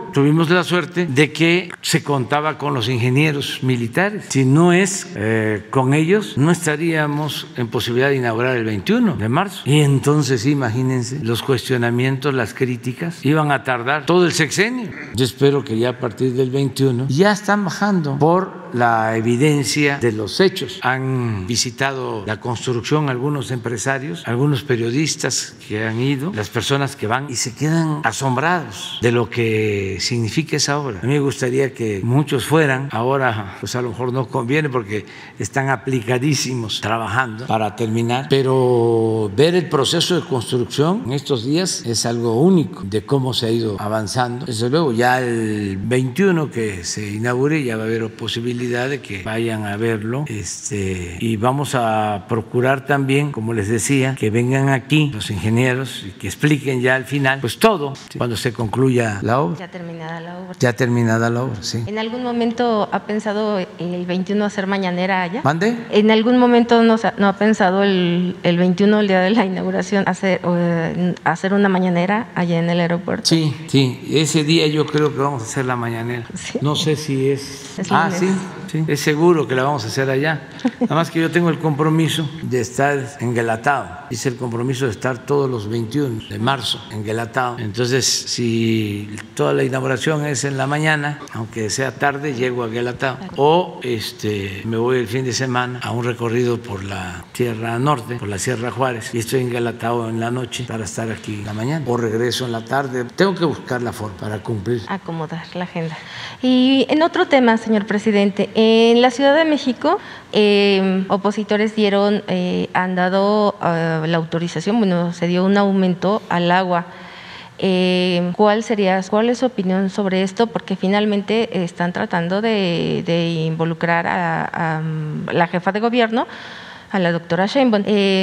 S2: tuvimos la suerte de que se contaba con los ingenieros militares. Si no es con ellos, no estaríamos en posibilidad de inaugurar el 21 de marzo. Y entonces, imagínense, los cuestionamientos, las críticas, iban a tardar todo el sexenio. Yo espero que ya a partir del 21 ya están bajando por la evidencia de los hechos. Han visitado la construcción algunos empresarios, algunos periodistas que han ido, las personas que van y se quedan asombrados de lo que significa esa obra. A mí me gustaría que muchos fueran. Ahora pues a lo mejor no conviene porque están aplicadísimos trabajando para terminar, pero ver el proceso de construcción en estos días es algo único de cómo se ha ido avanzando. Desde luego ya el 21 que se inaugure ya va a haber posibilidad de que vayan a verlo, y vamos a procurar también, como les decía, que vengan aquí los ingenieros y que expliquen ya al final pues todo, cuando se concluya la obra.
S10: Ya terminada la obra.
S2: Ya terminada la obra, sí.
S10: ¿En algún momento ha pensado el 21 hacer mañanera allá?
S2: ¿Mande?
S10: ¿En algún momento no ha pensado el 21, el día de la inauguración, hacer una mañanera allá en el aeropuerto?
S2: Sí, ese día yo creo que vamos a hacer la mañanera. Sí. No sé si es sí, es seguro que la vamos a hacer allá. Nada más que yo tengo el compromiso de estar en Guelatao. Hice el compromiso de estar todos los 21 de marzo en Guelatao. Entonces, si toda la inauguración es en la mañana, aunque sea tarde, llego a Guelatao. O me voy el fin de semana a un recorrido por la Sierra Norte, por la Sierra Juárez, y estoy en Guelatao en la noche para estar aquí en la mañana. O regreso en la tarde. Tengo que buscar la forma para cumplir.
S10: Acomodar la agenda. Y en otro tema, señor presidente, en la Ciudad de México, opositores han dado la autorización, se dio un aumento al agua. ¿Cuál es su opinión sobre esto? Porque finalmente están tratando de involucrar a la jefa de gobierno, a la doctora Sheinbaum,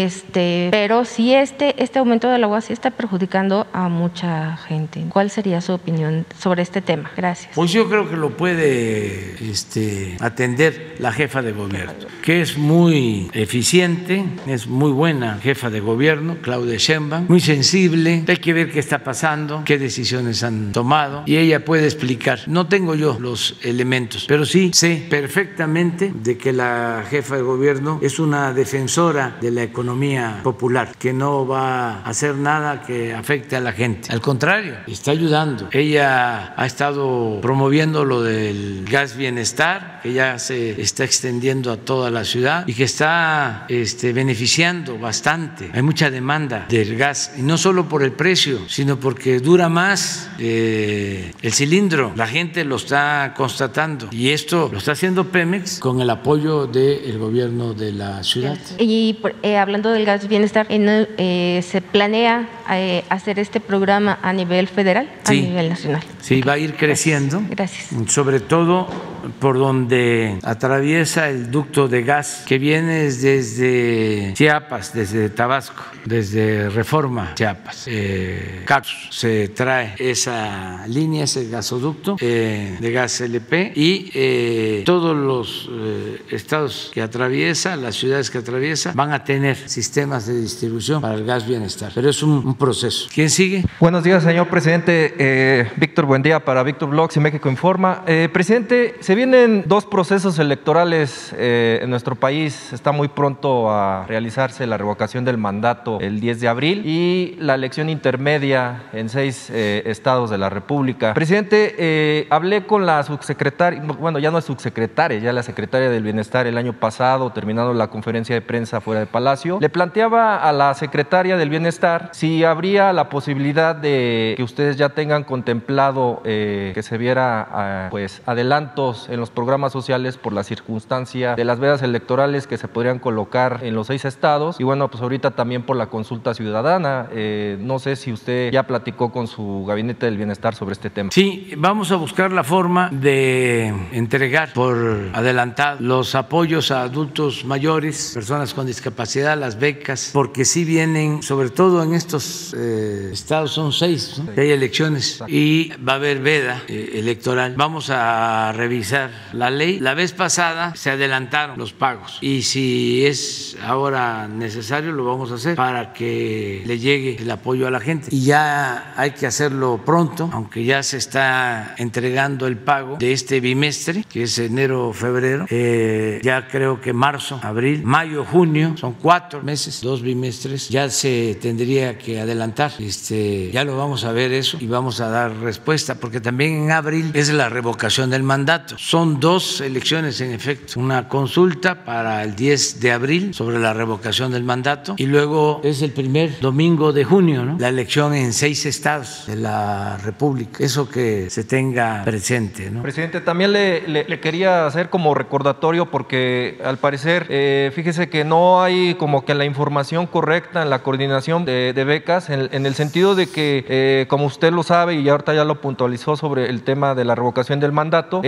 S10: pero sí este aumento del agua sí está perjudicando a mucha gente. ¿Cuál sería su opinión sobre este tema? Gracias.
S2: Pues yo creo que lo puede atender la jefa de gobierno, que es muy eficiente, es muy buena jefa de gobierno, Claudia Sheinbaum, muy sensible. Hay que ver qué está pasando, qué decisiones han tomado, y ella puede explicar. No tengo yo los elementos, pero sí sé perfectamente de que la jefa de gobierno es una defensora de la economía popular, que no va a hacer nada que afecte a la gente. Al contrario, está ayudando. Ella ha estado promoviendo lo del gas bienestar, que ya se está extendiendo a toda la ciudad y que está beneficiando bastante. Hay mucha demanda del gas, y no solo por el precio, sino porque dura más el cilindro. La gente lo está constatando, y esto lo está haciendo Pemex con el apoyo del gobierno de la ciudad.
S10: Y hablando del gas bienestar, ¿se planea hacer este programa a nivel federal, a nivel nacional?
S2: Sí, va a ir creciendo.
S10: Gracias.
S2: Sobre todo por donde atraviesa el ducto de gas que viene desde Chiapas, desde Tabasco, desde Reforma, Chiapas. Cactus se trae esa línea, ese gasoducto de gas LP, y todos los estados que atraviesa, las ciudades que atraviesa, van a tener sistemas de distribución para el gas bienestar. Pero es un proceso. ¿Quién sigue?
S11: Buenos días, señor presidente. Víctor, buen día para Víctor Blogs y México Informa. Presidente, se vienen dos procesos electorales en nuestro país. Está muy pronto a realizarse la revocación del mandato el 10 de abril y la elección intermedia en 6 estados de la República. Presidente, hablé con la subsecretaria, bueno, ya no es subsecretaria, ya la secretaria del Bienestar el año pasado, terminando la conferencia de prensa fuera de Palacio. Le planteaba a la secretaria del Bienestar si habría la posibilidad de que ustedes ya tengan contemplado que se viera pues adelantos en los programas sociales por la circunstancia de las vedas electorales que se podrían colocar en los 6 estados, y bueno, pues ahorita también por la consulta ciudadana. No sé si usted ya platicó con su gabinete del bienestar sobre este tema.
S2: Sí, vamos a buscar la forma de entregar por adelantado los apoyos a adultos mayores, personas con discapacidad, las becas, porque sí vienen, sobre todo en estos estados, son 6, ¿no? Que hay elecciones y va a haber veda electoral. Vamos a revisar revisar la ley. La vez pasada se adelantaron los pagos y si es ahora necesario lo vamos a hacer para que le llegue el apoyo a la gente. Y ya hay que hacerlo pronto, aunque ya se está entregando el pago de este bimestre, que es enero, febrero, ya creo que marzo, abril, mayo, junio, son 4 meses, 2 bimestres, ya se tendría que adelantar. Ya lo vamos a ver eso y vamos a dar respuesta, porque también en abril es la revocación del mandato. Son 2 elecciones en efecto, una consulta para el 10 de abril sobre la revocación del mandato y luego es el primer domingo de junio, ¿no? La elección en 6 estados de la República. Eso que se tenga presente, ¿no?
S11: Presidente, también le quería hacer como recordatorio porque al parecer, fíjese que no hay como que la información correcta en la coordinación de becas en el sentido de que, como usted lo sabe y ahorita ya lo puntualizó sobre el tema de la revocación del mandato,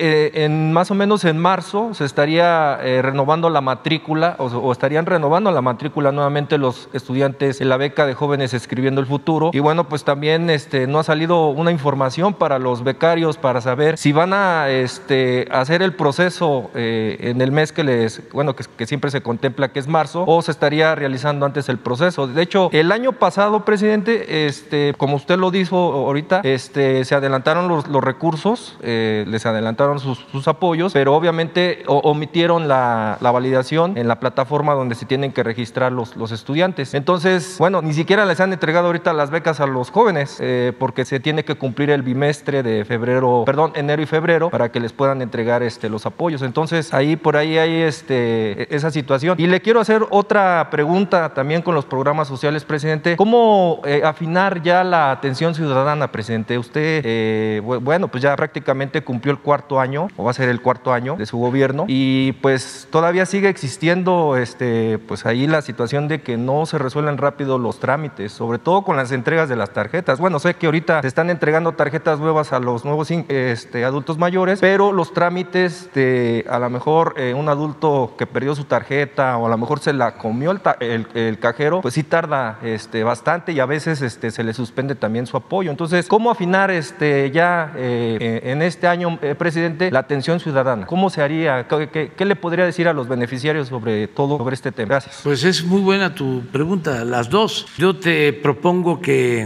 S11: más o menos en marzo se estaría renovando la matrícula o estarían renovando la matrícula nuevamente los estudiantes en la beca de Jóvenes Escribiendo el Futuro. Y bueno, pues también no ha salido una información para los becarios para saber si van a hacer el proceso en el mes que siempre se contempla que es marzo, o se estaría realizando antes el proceso. De hecho, el año pasado, presidente, como usted lo dijo ahorita, se adelantaron los recursos, les adelantaron sus apoyos, pero obviamente omitieron la validación en la plataforma donde se tienen que registrar los estudiantes. Entonces, bueno, ni siquiera les han entregado ahorita las becas a los jóvenes, porque se tiene que cumplir el bimestre de enero y febrero para que les puedan entregar los apoyos. Entonces, por ahí hay esa situación. Y le quiero hacer otra pregunta también con los programas sociales, presidente. ¿Cómo afinar ya la atención ciudadana, presidente? Usted, bueno, pues ya prácticamente cumplió el 4º año, o va a ser el 4º año de su gobierno, y pues todavía sigue existiendo pues ahí la situación de que no se resuelven rápido los trámites, sobre todo con las entregas de las tarjetas. Bueno, sé que ahorita se están entregando tarjetas nuevas a los nuevos adultos mayores, pero los trámites de a lo mejor un adulto que perdió su tarjeta o a lo mejor se la comió el cajero, pues sí tarda bastante y a veces se le suspende también su apoyo. Entonces, ¿cómo afinar ya en este año, presidente, la atención ciudadana? ¿Cómo se haría? ¿Qué le podría decir a los beneficiarios sobre este tema? Gracias.
S2: Pues es muy buena tu pregunta, las dos. Yo te propongo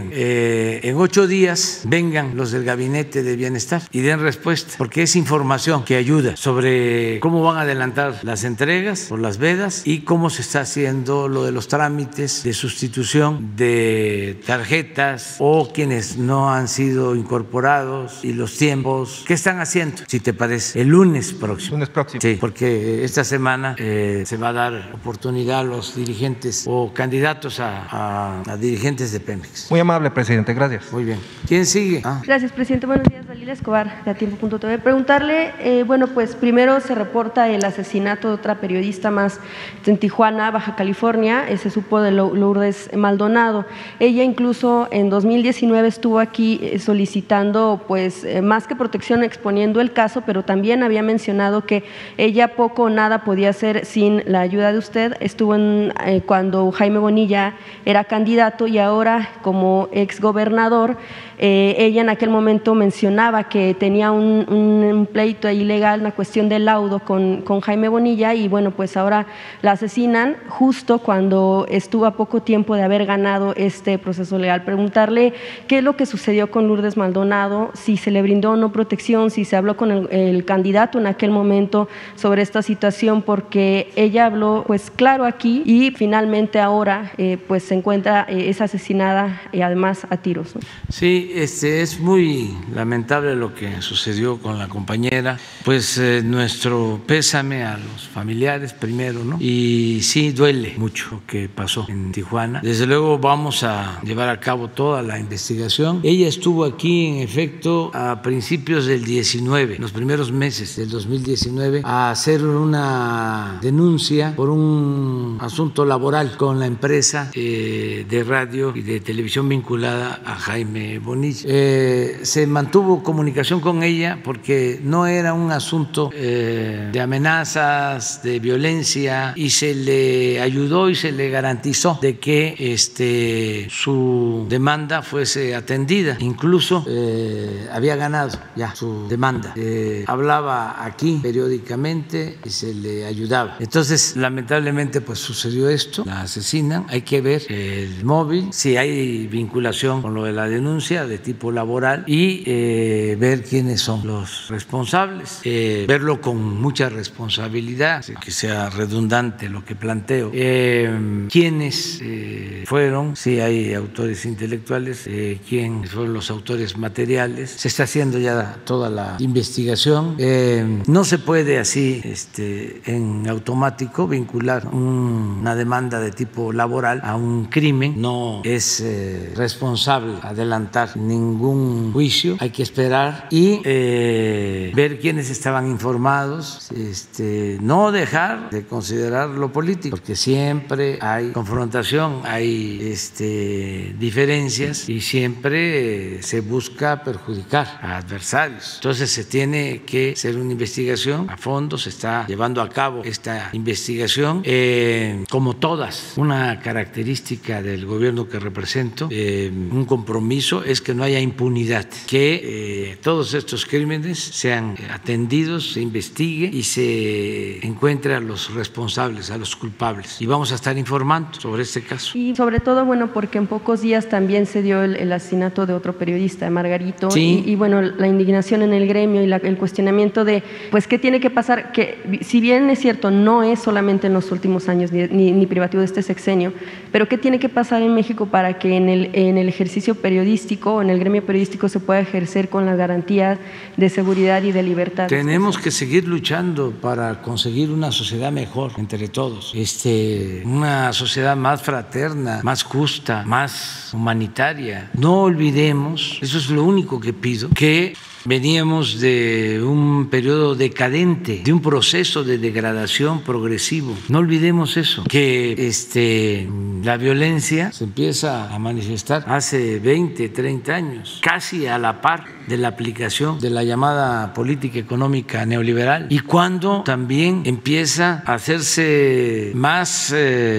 S2: que en 8 días vengan los del Gabinete de Bienestar y den respuesta, porque es información que ayuda sobre cómo van a adelantar las entregas por las vedas y cómo se está haciendo lo de los trámites de sustitución de tarjetas o quienes no han sido incorporados y los tiempos. ¿Qué están haciendo? Si te parece, el lunes próximo.
S11: Lunes próximo.
S2: Sí, porque esta semana se va a dar oportunidad a los dirigentes o candidatos a dirigentes de Pemex.
S11: Muy amable, presidente. Gracias.
S2: Muy bien. ¿Quién sigue?
S12: Gracias, presidente. Buenos días, Dalila Escobar, de Atiempo.tv. Preguntarle, bueno, pues primero se reporta el asesinato de otra periodista más en Tijuana, Baja California. Se supo de Lourdes Maldonado. Ella incluso en 2019 estuvo aquí solicitando, pues, más que protección, exponiendo el caso, pero también había mencionado que ella poco o nada podía hacer sin la ayuda de usted. Estuvo cuando Jaime Bonilla era candidato y ahora como exgobernador. Ella en aquel momento mencionaba que tenía un pleito ilegal, una cuestión de laudo con Jaime Bonilla y bueno, pues ahora la asesinan justo cuando estuvo a poco tiempo de haber ganado este proceso legal. Preguntarle qué es lo que sucedió con Lourdes Maldonado, si se le brindó o no protección, si se habló con el candidato en aquel momento sobre esta situación, porque ella habló pues claro aquí y finalmente ahora pues se encuentra es asesinada y además a tiros, ¿no?
S2: Sí, es muy lamentable lo que sucedió con la compañera, pues nuestro pésame a los familiares primero, ¿no? Y sí duele mucho lo que pasó en Tijuana. Desde luego vamos a llevar a cabo toda la investigación. Ella estuvo aquí en efecto a principios del 19, los primeros meses del 2019, a hacer una denuncia por un asunto laboral con la empresa de radio y de televisión vinculada a Jaime Bonilla. Se mantuvo comunicación con ella porque no era un asunto de amenazas, de violencia, y se le ayudó y se le garantizó de que su demanda fuese atendida. Incluso había ganado ya su demanda. Hablaba aquí periódicamente y se le ayudaba. Entonces, lamentablemente, pues sucedió esto, la asesinan. Hay que ver el móvil, si hay vinculación con lo de la denuncia de tipo laboral y ver quiénes son los responsables, verlo con mucha responsabilidad, que sea redundante lo que planteo, quiénes fueron, si hay autores intelectuales, quiénes fueron los autores materiales. Se está haciendo ya toda la investigación. No se puede así en automático vincular una demanda de tipo laboral a un crimen. No es responsable adelantar ningún juicio. Hay que esperar y ver quiénes estaban informados, no dejar de considerar lo político, porque siempre hay confrontación, hay diferencias y siempre se busca perjudicar a adversarios. Entonces se tiene que hacer una investigación a fondo, se está llevando a cabo esta investigación, como todas. Una característica del gobierno que represento, un compromiso, es que no haya impunidad, que todos estos crímenes sean atendidos, se investigue y se encuentre a los responsables, a los culpables. Y vamos a estar informando sobre este caso.
S12: Y sobre todo, bueno, porque en pocos días también se dio el asesinato de otro periodista, Margarito,
S2: sí.
S12: y bueno, la indignación en el gremio y el cuestionamiento de, pues, ¿qué tiene que pasar? Que si bien es cierto, no es solamente en los últimos años ni privativo de este sexenio, pero ¿qué tiene que pasar en México para que en el ejercicio periodístico o en el gremio periodístico se pueda ejercer con las garantías de seguridad y de libertad?
S2: Tenemos que seguir luchando para conseguir una sociedad mejor entre todos, una sociedad más fraterna, más justa, más humanitaria. No olvidemos, eso es lo único que pido, que veníamos de un periodo decadente, de un proceso de degradación progresivo. No olvidemos eso, que la violencia se empieza a manifestar hace 20, 30 años, casi a la par de la aplicación de la llamada política económica neoliberal, y cuando también empieza a hacerse más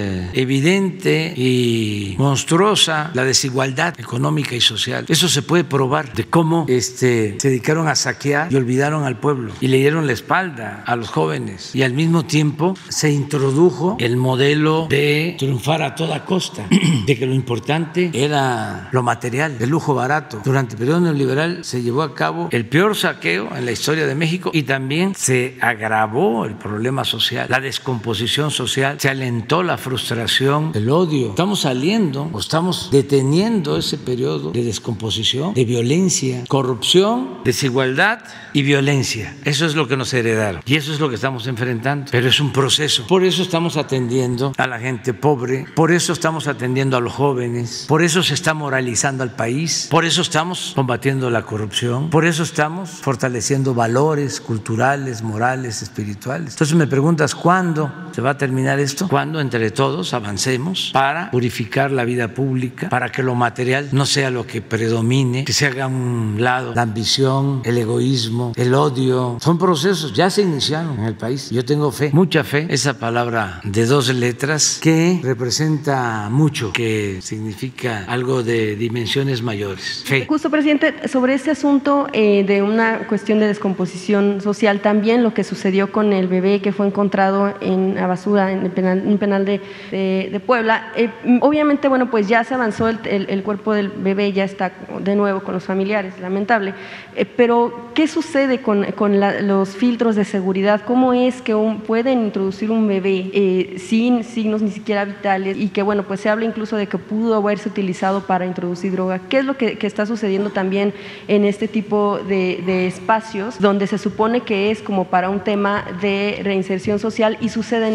S2: evidente y monstruosa la desigualdad económica y social. Eso se puede probar de cómo se dedicaron a saquear y olvidaron al pueblo y le dieron la espalda a los jóvenes, y al mismo tiempo se introdujo el modelo de triunfar a toda costa, de que lo importante era lo material, el lujo barato. Durante el periodo neoliberal se llevó a cabo el peor saqueo en la historia de México y también se agravó el problema social, la descomposición social, se alentó la frustración, el odio. Estamos saliendo o estamos deteniendo ese periodo de descomposición, de violencia, corrupción, desigualdad y violencia. Eso es lo que nos heredaron y eso es lo que estamos enfrentando, pero es un proceso. Por eso estamos atendiendo a la gente pobre, por eso estamos atendiendo a los jóvenes, por eso se está moralizando al país, por eso estamos combatiendo la corrupción, por eso estamos fortaleciendo valores culturales, morales, espirituales. Entonces me preguntas, ¿cuándo se va a terminar esto? Cuando entre todos avancemos para purificar la vida pública, para que lo material no sea lo que predomine, que se haga a un lado la ambición, el egoísmo, el odio. Son procesos, ya se iniciaron en el país. Yo tengo fe, mucha fe, esa palabra de 2 letras que representa mucho, que significa algo de dimensiones mayores. Fe.
S12: Justo, presidente, sobre ese asunto de una cuestión de descomposición social, también lo que sucedió con el bebé que fue encontrado en la basura en un penal de Puebla. Obviamente, bueno, pues ya se avanzó, el cuerpo del bebé ya está de nuevo con los familiares, lamentable. Pero, ¿qué sucede con los filtros de seguridad? ¿Cómo es que pueden introducir un bebé sin signos ni siquiera vitales y que, bueno, pues se habla incluso de que pudo haberse utilizado para introducir droga? ¿Qué es lo que está sucediendo también en este tipo de espacios donde se supone que es como para un tema de reinserción social y suceden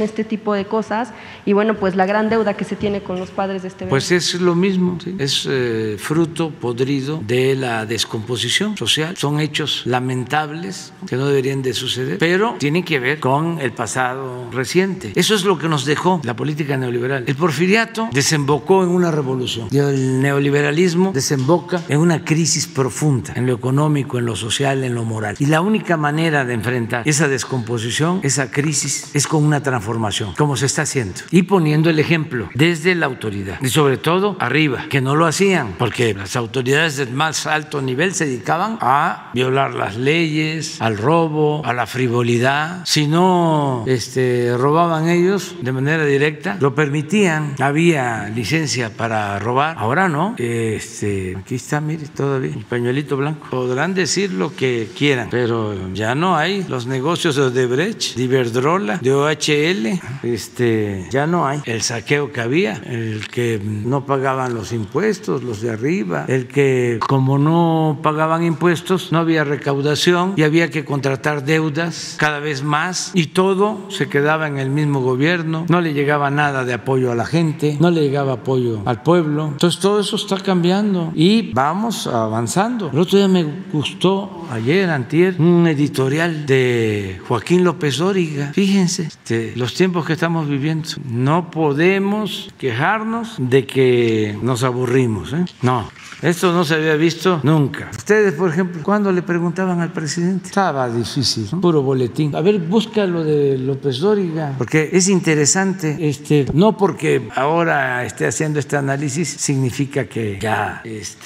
S12: este tipo de cosas y bueno, pues la gran deuda que se tiene con los padres de este bebé.
S2: Pues es lo mismo, ¿sí? Es fruto podrido de la descomposición social. Son hechos lamentables que no deberían de suceder, pero tienen que ver con el pasado reciente. Eso es lo que nos dejó la política neoliberal. El porfiriato desembocó en una revolución y el neoliberalismo desemboca en una crisis profunda en lo económico, en lo social, en lo moral. Y la única manera de enfrentar esa descomposición, esa crisis, es con una transformación, como se está haciendo, y poniendo el ejemplo desde la autoridad y sobre todo arriba, que no lo hacían porque las autoridades del más alto nivel se dedicaban a violar las leyes, al robo, a la frivolidad. Si no robaban ellos de manera directa, lo permitían, había licencia para robar. Ahora no. Aquí está, mire, todavía el pañuelito blanco. Podrán decir lo que quieran, pero ya no hay los negocios de Odebrecht, de Iberdrola, de OHL, ya no hay el saqueo que había, el que no pagaban los impuestos, los de arriba, el que como no pagaban impuestos no había recaudación y había que contratar deudas cada vez más y todo se quedaba en el mismo gobierno, no le llegaba nada de apoyo a la gente, no le llegaba apoyo al pueblo. Entonces todo eso está cambiando y vamos avanzando. El otro día me gustó, ayer, antier, un editorial de Joaquín López Dóriga. Fíjense, los tiempos que estamos viviendo. No podemos quejarnos de que nos aburrimos, ¿eh? No. Esto no se había visto nunca. Ustedes, por ejemplo, ¿cuándo le preguntaban al presidente? Estaba difícil, ¿no? Puro boletín. A ver, busca lo de López Dóriga, porque es interesante. No porque ahora esté haciendo este análisis significa que ya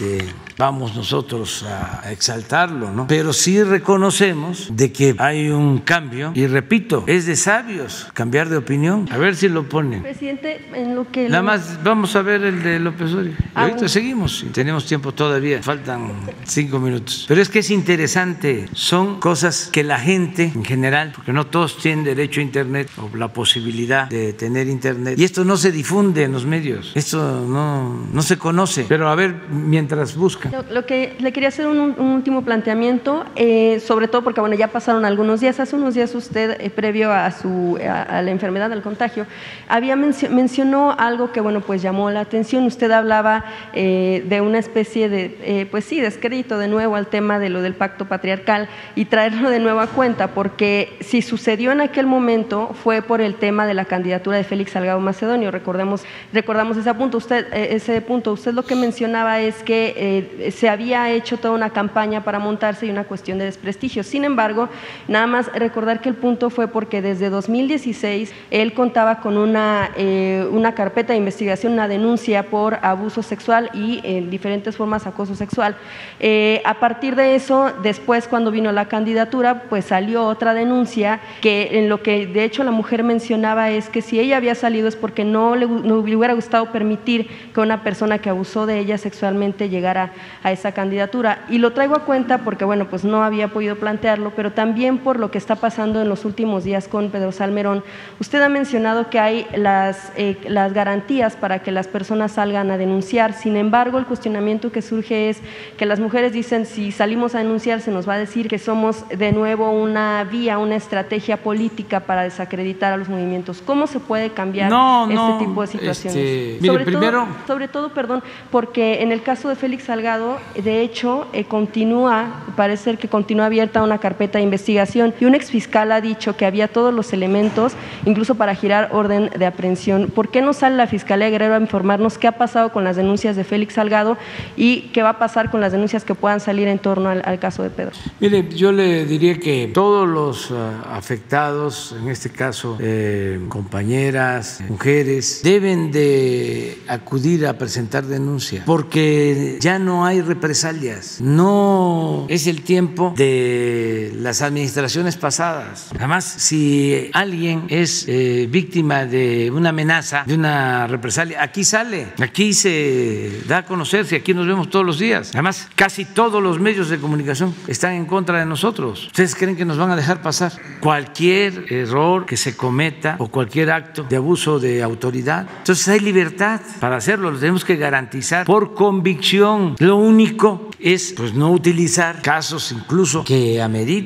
S2: vamos nosotros a exaltarlo, ¿no? Pero sí reconocemos de que hay un cambio y repito, es de sabios cambiar de opinión. A ver si lo ponen.
S12: Presidente, en lo que...
S2: Nada más vamos a ver el de López Dóriga. Ahorita seguimos. Tenemos tiempo todavía, faltan 5 minutos. Pero es que es interesante, son cosas que la gente en general, porque no todos tienen derecho a internet o la posibilidad de tener internet, y esto no se difunde en los medios, esto no se conoce, pero a ver, mientras buscan.
S12: Lo que le quería hacer un último planteamiento, sobre todo porque bueno, ya pasaron algunos días, hace unos días usted, previo a la enfermedad, al contagio, mencionó algo que bueno, pues llamó la atención. Usted hablaba de una especie de, pues sí, descrédito de nuevo al tema de lo del pacto patriarcal y traerlo de nuevo a cuenta, porque si sucedió en aquel momento fue por el tema de la candidatura de Félix Salgado Macedonio. Recordamos ese punto. Usted lo que mencionaba es que se había hecho toda una campaña para montarse y una cuestión de desprestigio. Sin embargo, nada más recordar que el punto fue porque desde 2016 él contaba con una carpeta de investigación, una denuncia por abuso sexual y en diferentes formas acoso sexual. A partir de eso, después cuando vino la candidatura, pues salió otra denuncia que en lo que de hecho la mujer mencionaba es que si ella había salido es porque no le hubiera gustado permitir que una persona que abusó de ella sexualmente llegara a esa candidatura. Y lo traigo a cuenta porque bueno, pues no había podido plantearlo, pero también por lo que está pasando en los últimos días con Pedro Salmerón. Usted ha mencionado que hay las garantías para que las personas salgan a denunciar. Sin embargo, el cuestionamiento que surge es que las mujeres dicen, si salimos a denunciar se nos va a decir que somos de nuevo una vía, una estrategia política para desacreditar a los movimientos. ¿Cómo se puede cambiar este tipo de situaciones? Sobre todo, porque en el caso de Félix Salgado, de hecho, parece ser que continúa abierta una carpeta de investigación y un exfiscal ha dicho que había todos los elementos, incluso para girar orden de aprehensión. ¿Por qué no sale la Fiscalía Guerrero a informarnos qué ha pasado con las denuncias de Félix Salgado y qué va a pasar con las denuncias que puedan salir en torno al caso de Pedro?
S2: Mire, yo le diría que todos los afectados, en este caso compañeras, mujeres, deben de acudir a presentar denuncia porque ya no hay represalias, no es el tiempo de las administraciones pasadas. Además, si alguien es víctima de una amenaza, de una represalia, aquí sale, aquí se da a conocer, si aquí nos vemos todos los días. Además, casi todos los medios de comunicación están en contra de nosotros. ¿Ustedes creen que nos van a dejar pasar cualquier error que se cometa o cualquier acto de abuso de autoridad? Entonces hay libertad para hacerlo, lo tenemos que garantizar por convicción. Lo único es pues no utilizar casos incluso que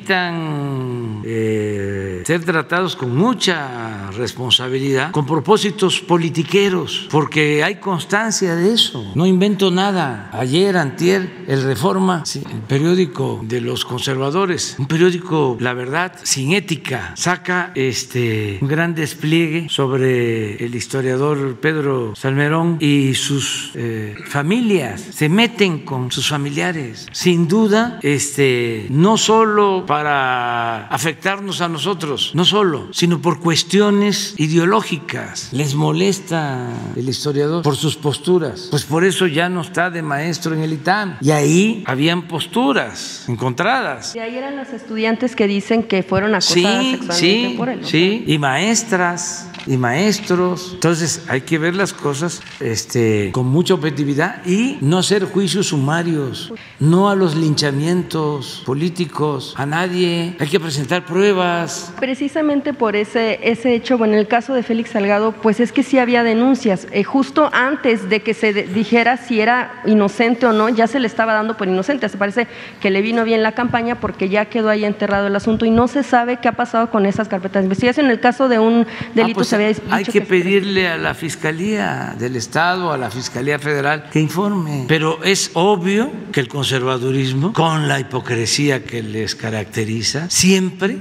S2: ameritan ser tratados con mucha responsabilidad, con propósitos politiqueros, porque hay constancia de eso. No invento nada. Ayer, antier, el Reforma, sí, el periódico de los conservadores, un periódico, la verdad, sin ética, saca un gran despliegue sobre el historiador Pedro Salmerón y sus familias. Se meten con sus familiares, sin duda, no solo para afectarnos a nosotros, no solo, sino por cuestiones ideológicas. Les molesta el historiador por sus posturas, pues por eso ya no está de maestro en el ITAM. Y ahí habían posturas encontradas.
S12: De ahí eran las estudiantes que dicen que fueron acosadas sexualmente por él, ¿no?
S2: Sí, y maestras y maestros. Entonces hay que ver las cosas con mucha objetividad y no hacer juicios sumarios, no a los linchamientos políticos, a nadie. Hay que presentar pruebas.
S12: Precisamente por ese hecho, bueno, en el caso de Félix Salgado, pues es que sí había denuncias. Justo antes de que se dijera si era inocente o no, ya se le estaba dando por inocente. Se parece que le vino bien la campaña porque ya quedó ahí enterrado el asunto y no se sabe qué ha pasado con esas carpetas de investigación. En el caso de un delito
S2: pues
S12: se había dicho
S2: hay que pedirle a la Fiscalía del Estado, a la Fiscalía Federal, que informe. Pero es obvio que el conservadurismo, con la hipocresía que les caracteriza, siempre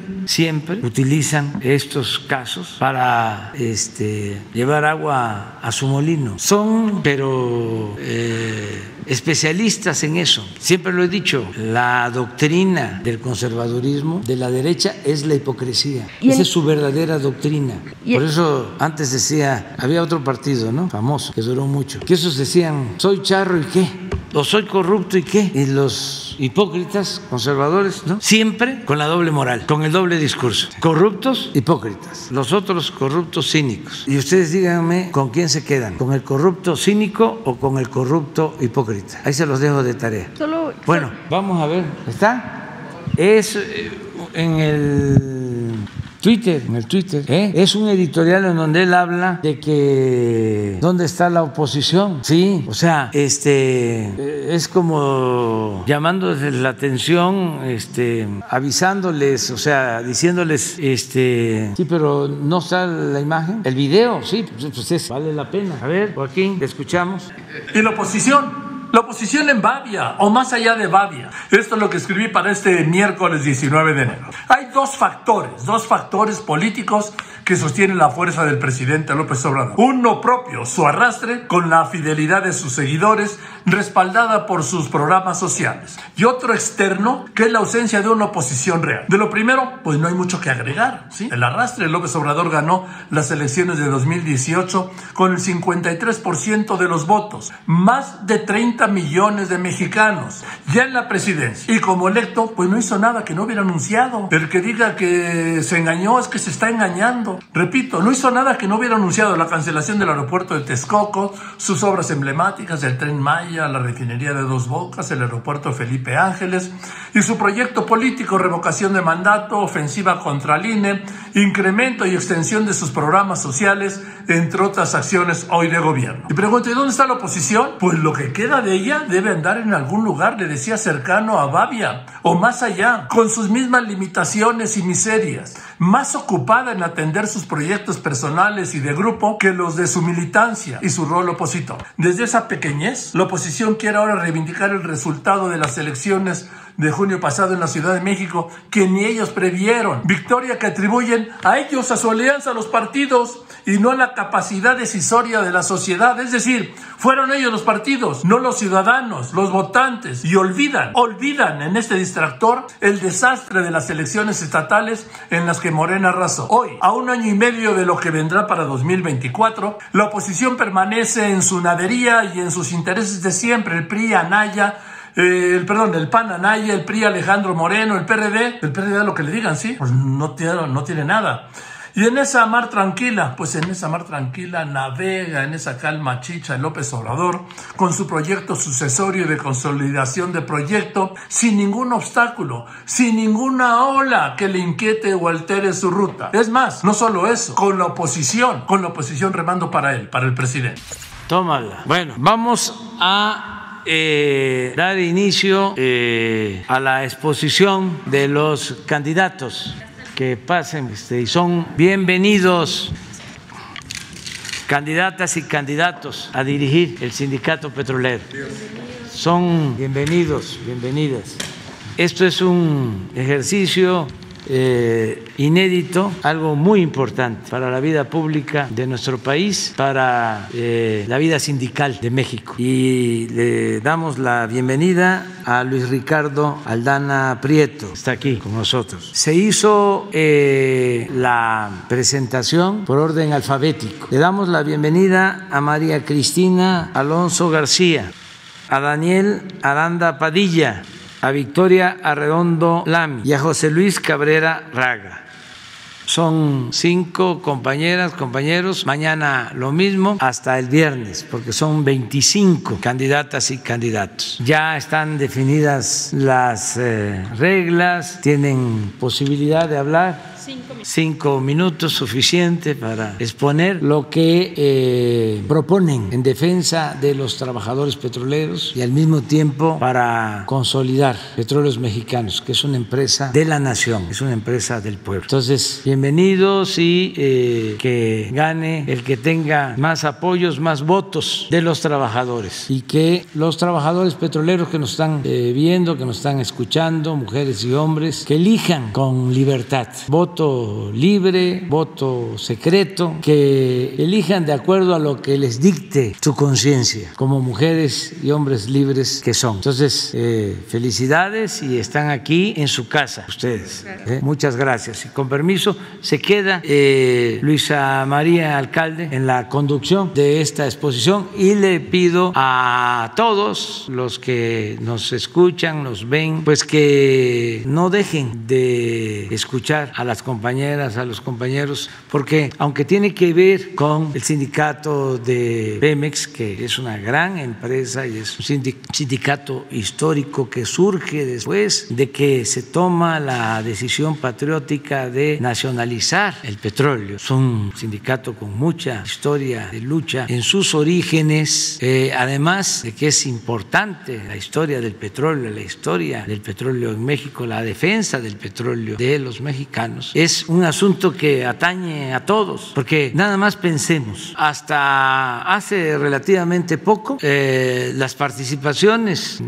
S2: utilizan estos casos para llevar agua a su molino. Son, pero especialistas en eso. Siempre lo he dicho, la doctrina del conservadurismo de la derecha es la hipocresía. Esa es su verdadera doctrina. Por eso antes decía, había otro partido, ¿no?, famoso, que duró mucho, que esos decían, soy charro y qué, o soy corrupto y qué, y los hipócritas conservadores, ¿no?, siempre con la doble moral, con el doble discurso, corruptos, hipócritas, los otros corruptos, cínicos. Y ustedes díganme con quién se quedan, con el corrupto cínico o con el corrupto hipócrita. Ahí se los dejo de tarea. Bueno, vamos a ver, ¿está? Es en el Twitter, es un editorial en donde él habla de que ¿dónde está la oposición? Sí, o sea, es como llamándoles la atención, avisándoles, o sea, diciéndoles, sí, pero no está la imagen, el video, sí, pues vale la pena. A ver, Joaquín, te escuchamos.
S13: Y la oposición en Babia o más allá de Babia. Esto es lo que escribí para este miércoles 19 de enero. Hay dos factores políticos que sostienen la fuerza del presidente López Obrador. Uno propio, su arrastre con la fidelidad de sus seguidores, respaldada por sus programas sociales. Y otro externo, que es la ausencia de una oposición real. De lo primero, pues no hay mucho que agregar, ¿sí? El arrastre. López Obrador ganó las elecciones de 2018 con el 53% de los votos, más de 30 millones de mexicanos, ya en la presidencia. Y como electo, pues no hizo nada que no hubiera anunciado. El que diga que se engañó es que se está engañando. Repito, no hizo nada que no hubiera anunciado: la cancelación del aeropuerto de Texcoco, sus obras emblemáticas, el Tren Maya, la refinería de Dos Bocas, el aeropuerto Felipe Ángeles, y su proyecto político: revocación de mandato, ofensiva contra el INE, incremento y extensión de sus programas sociales, entre otras acciones hoy de gobierno. Y pregunto, ¿y dónde está la oposición? Pues lo que queda de ella debe andar en algún lugar, le decía, cercano a Babia o más allá, con sus mismas limitaciones y miserias, más ocupada en atender sus proyectos personales y de grupo que los de su militancia y su rol opositor. Desde esa pequeñez, la oposición quiere ahora reivindicar el resultado de las elecciones de junio pasado en la Ciudad de México, que ni ellos previeron. Victoria que atribuyen a ellos, a su alianza, a los partidos, y no a la capacidad decisoria de la sociedad. Es decir, fueron ellos los partidos, no los ciudadanos, los votantes, y olvidan en este distractor el desastre de las elecciones estatales en las que Morena arrasó. Hoy, a un año y medio de lo que vendrá para 2024, la oposición permanece en su nadería y en sus intereses de siempre. El PRI Anaya, el PAN Anaya, el PRI Alejandro Moreno, el PRD lo que le digan, sí, pues no tiene nada. Y en esa mar tranquila, navega en esa calma chicha el López Obrador, con su proyecto sucesorio de consolidación de proyecto, sin ningún obstáculo, sin ninguna ola que le inquiete o altere su ruta. Es más, no solo eso, con la oposición remando para él, para el presidente.
S2: Tómala. Bueno, vamos a dar inicio a la exposición de los candidatos. Que pasen y son bienvenidos, candidatas y candidatos a dirigir el sindicato petrolero. Son bienvenidos, bienvenidas. Esto es un ejercicio inédito, algo muy importante para la vida pública de nuestro país, para la vida sindical de México. Y le damos la bienvenida a Luis Ricardo Aldana Prieto, está aquí con nosotros. Se hizo la presentación por orden alfabético. Le damos la bienvenida a María Cristina Alonso García, a Daniel Aranda Padilla, a Victoria Arredondo Lamy y a José Luis Cabrera Raga. Son 5 compañeras, compañeros. Mañana lo mismo hasta el viernes, porque son 25 candidatas y candidatos. Ya están definidas las reglas, tienen posibilidad de hablar. 5 minutos suficiente para exponer lo que proponen en defensa de los trabajadores petroleros y al mismo tiempo para consolidar Petróleos Mexicanos, que es una empresa de la nación, es una empresa del pueblo. Entonces, bienvenidos y que gane el que tenga más apoyos, más votos de los trabajadores, y que los trabajadores petroleros que nos están viendo, que nos están escuchando, mujeres y hombres, que elijan con libertad, voto libre, voto secreto, que elijan de acuerdo a lo que les dicte su conciencia, como mujeres y hombres libres que son. Entonces, felicidades, y están aquí en su casa ustedes. Muchas gracias. Y con permiso, se queda Luisa María Alcalde en la conducción de esta exposición, y le pido a todos los que nos escuchan, nos ven, pues que no dejen de escuchar a las compañeras, a los compañeros, porque aunque tiene que ver con el sindicato de Pemex, que es una gran empresa y es un sindicato histórico que surge después de que se toma la decisión patriótica de nacionalizar el petróleo. Es un sindicato con mucha historia de lucha en sus orígenes, además de que es importante la historia del petróleo, la historia del petróleo en México, la defensa del petróleo de los mexicanos. Es un asunto que atañe a todos, porque nada más pensemos, hasta hace relativamente poco las participaciones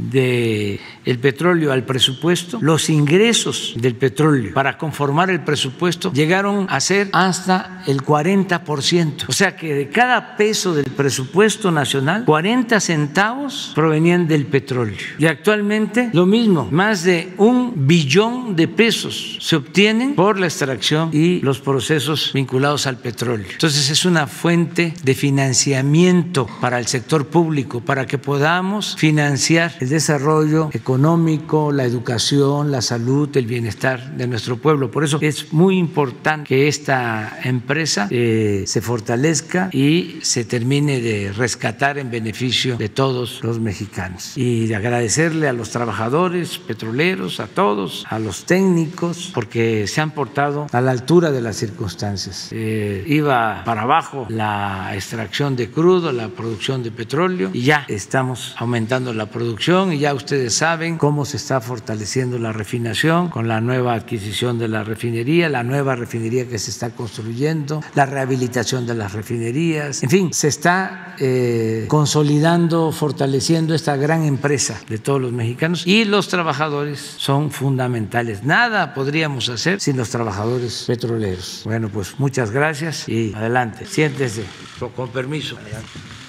S2: del petróleo al presupuesto, los ingresos del petróleo para conformar el presupuesto llegaron a ser hasta el 40%. O sea que de cada peso del presupuesto nacional, 40 centavos provenían del petróleo. Y actualmente lo mismo, más de 1 billón de pesos se obtienen por la extracción y los procesos vinculados al petróleo. Entonces es una fuente de financiamiento para el sector público, para que podamos financiar el desarrollo económico, la educación, la salud, el bienestar de nuestro pueblo. Por eso es muy importante que esta empresa se fortalezca y se termine de rescatar en beneficio de todos los mexicanos. Y de agradecerle a los trabajadores petroleros, a todos, a los técnicos, porque se han portado a la altura de las circunstancias. Iba para abajo la extracción de crudo, la producción de petróleo, y ya estamos aumentando la producción, y ya ustedes saben cómo se está fortaleciendo la refinación con la nueva adquisición de la refinería, la nueva refinería que se está construyendo, la rehabilitación de las refinerías, en fin, se está consolidando, fortaleciendo esta gran empresa de todos los mexicanos, y los trabajadores son fundamentales. Nada podríamos hacer sin los trabajadores petroleros. Bueno, pues muchas gracias y adelante, siéntese, con permiso. Adelante.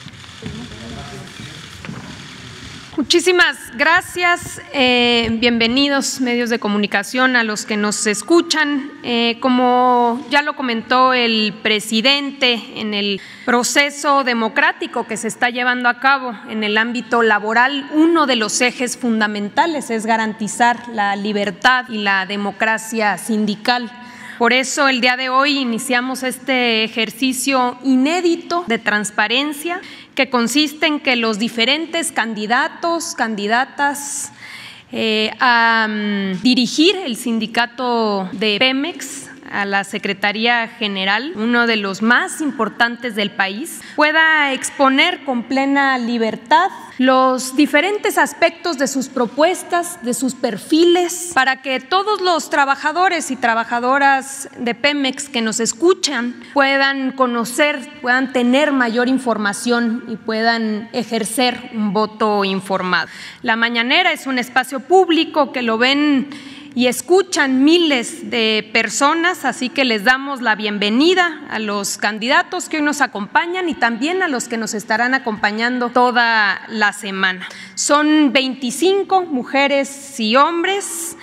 S14: Muchísimas gracias. Bienvenidos medios de comunicación, a los que nos escuchan. Como ya lo comentó el presidente, en el proceso democrático que se está llevando a cabo en el ámbito laboral, uno de los ejes fundamentales es garantizar la libertad y la democracia sindical. Por eso el día de hoy iniciamos este ejercicio inédito de transparencia, que consiste en que los diferentes candidatos, candidatas a dirigir el sindicato de Pemex, a la Secretaría General, uno de los más importantes del país, pueda exponer con plena libertad los diferentes aspectos de sus propuestas, de sus perfiles, para que todos los trabajadores y trabajadoras de Pemex que nos escuchan puedan conocer, puedan tener mayor información y puedan ejercer un voto informado. La mañanera es un espacio público que lo ven y escuchan miles de personas, así que les damos la bienvenida a los candidatos que hoy nos acompañan y también a los que nos estarán acompañando toda la semana. Son 25 mujeres y hombres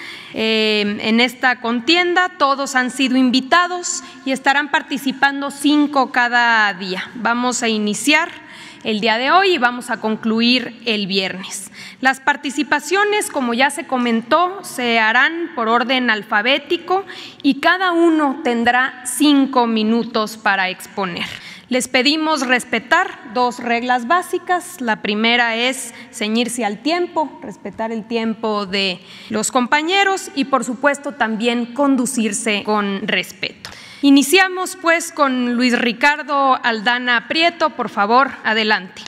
S14: en esta contienda, todos han sido invitados y estarán participando 5 cada día. Vamos a iniciar el día de hoy y vamos a concluir el viernes. Las participaciones, como ya se comentó, se harán por orden alfabético y cada uno tendrá 5 minutos para exponer. Les pedimos respetar 2 reglas básicas. La primera es ceñirse al tiempo, respetar el tiempo de los compañeros y, por supuesto, también conducirse con respeto. Iniciamos pues con Luis Ricardo Aldana Prieto, por favor, adelante.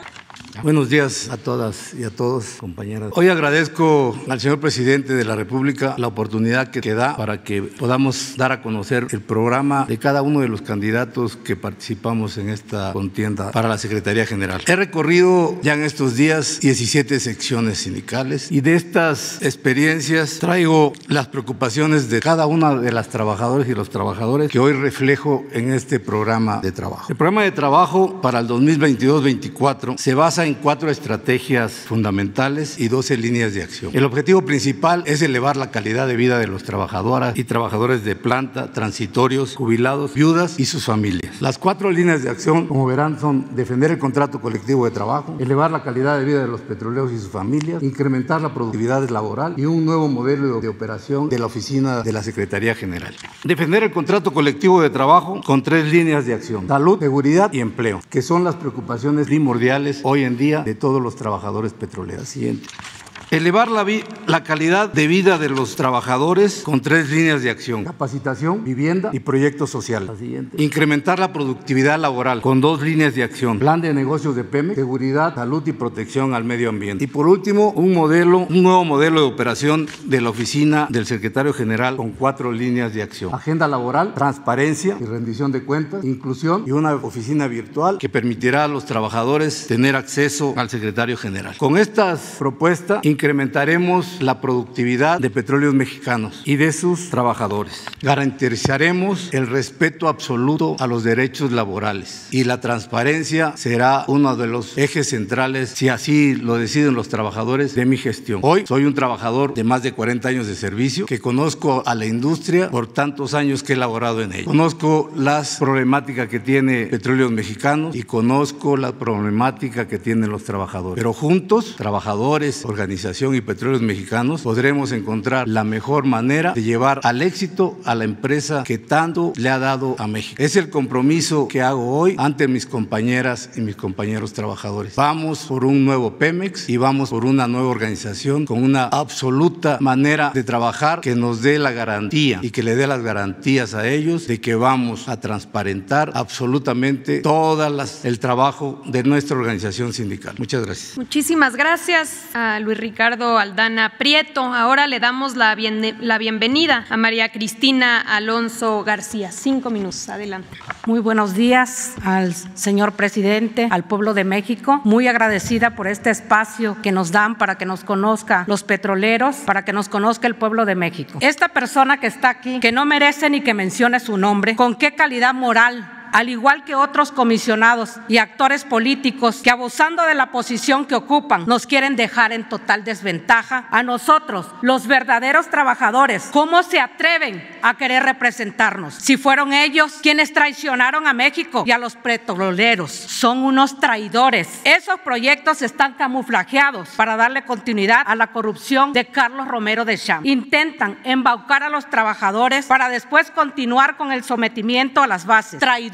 S15: Buenos días a todas y a todos, compañeras. Hoy agradezco al señor presidente de la República la oportunidad que da para que podamos dar a conocer el programa de cada uno de los candidatos que participamos en esta contienda para la Secretaría General. He recorrido ya en estos días 17 secciones sindicales y de estas experiencias traigo las preocupaciones de cada una de las trabajadoras y los trabajadores que hoy reflejo en este programa de trabajo. El programa de trabajo para el 2022-24 se basa en 4 estrategias fundamentales y 12 líneas de acción. El objetivo principal es elevar la calidad de vida de los trabajadoras y trabajadores de planta, transitorios, jubilados, viudas y sus familias. Las 4 líneas de acción, como verán, son defender el contrato colectivo de trabajo, elevar la calidad de vida de los petroleros y sus familias, incrementar la productividad laboral y un nuevo modelo de operación de la oficina de la Secretaría General. Defender el contrato colectivo de trabajo con 3 líneas de acción: salud, seguridad y empleo, que son las preocupaciones primordiales hoy en día de todos los trabajadores petroleros. Siguiente. Elevar la calidad de vida de los trabajadores con 3 líneas de acción: capacitación, vivienda y proyectos sociales. Incrementar la productividad laboral con 2 líneas de acción: plan de negocios de Pemex, seguridad, salud y protección al medio ambiente. Y por último, un nuevo modelo de operación de la oficina del secretario general con 4 líneas de acción: agenda laboral, transparencia y rendición de cuentas, inclusión y una oficina virtual que permitirá a los trabajadores tener acceso al secretario general. Con estas propuestas incrementaremos la productividad de Petróleos Mexicanos y de sus trabajadores. Garantizaremos el respeto absoluto a los derechos laborales y la transparencia será uno de los ejes centrales, si así lo deciden los trabajadores, de mi gestión. Hoy soy un trabajador de más de 40 años de servicio que conozco a la industria por tantos años que he laborado en ella. Conozco las problemáticas que tiene Petróleos Mexicanos y conozco la problemática que tienen los trabajadores. Pero juntos, trabajadores, organizaciones y Petróleos Mexicanos, podremos encontrar la mejor manera de llevar al éxito a la empresa que tanto le ha dado a México. Es el compromiso que hago hoy ante mis compañeras y mis compañeros trabajadores. Vamos por un nuevo Pemex y vamos por una nueva organización con una absoluta manera de trabajar que nos dé la garantía y que le dé las garantías a ellos de que vamos a transparentar absolutamente todo el trabajo de nuestra organización sindical. Muchas gracias.
S14: Muchísimas gracias a Luis Ricardo Aldana Prieto. Ahora le damos la bienvenida a María Cristina Alonso García. 5 minutos, adelante.
S16: Muy buenos días al señor presidente, al pueblo de México. Muy agradecida por este espacio que nos dan para que nos conozca los petroleros, para que nos conozca el pueblo de México. Esta persona que está aquí, que no merece ni que mencione su nombre, ¿con qué calidad moral al igual que otros comisionados y actores políticos que, abusando de la posición que ocupan, nos quieren dejar en total desventaja. A nosotros, los verdaderos trabajadores, ¿cómo se atreven a querer representarnos? Si fueron ellos quienes traicionaron a México y a los petroleros, son unos traidores. Esos proyectos están camuflajeados para darle continuidad a la corrupción de Carlos Romero Deschamps. Intentan embaucar a los trabajadores para después continuar con el sometimiento a las bases. Traidores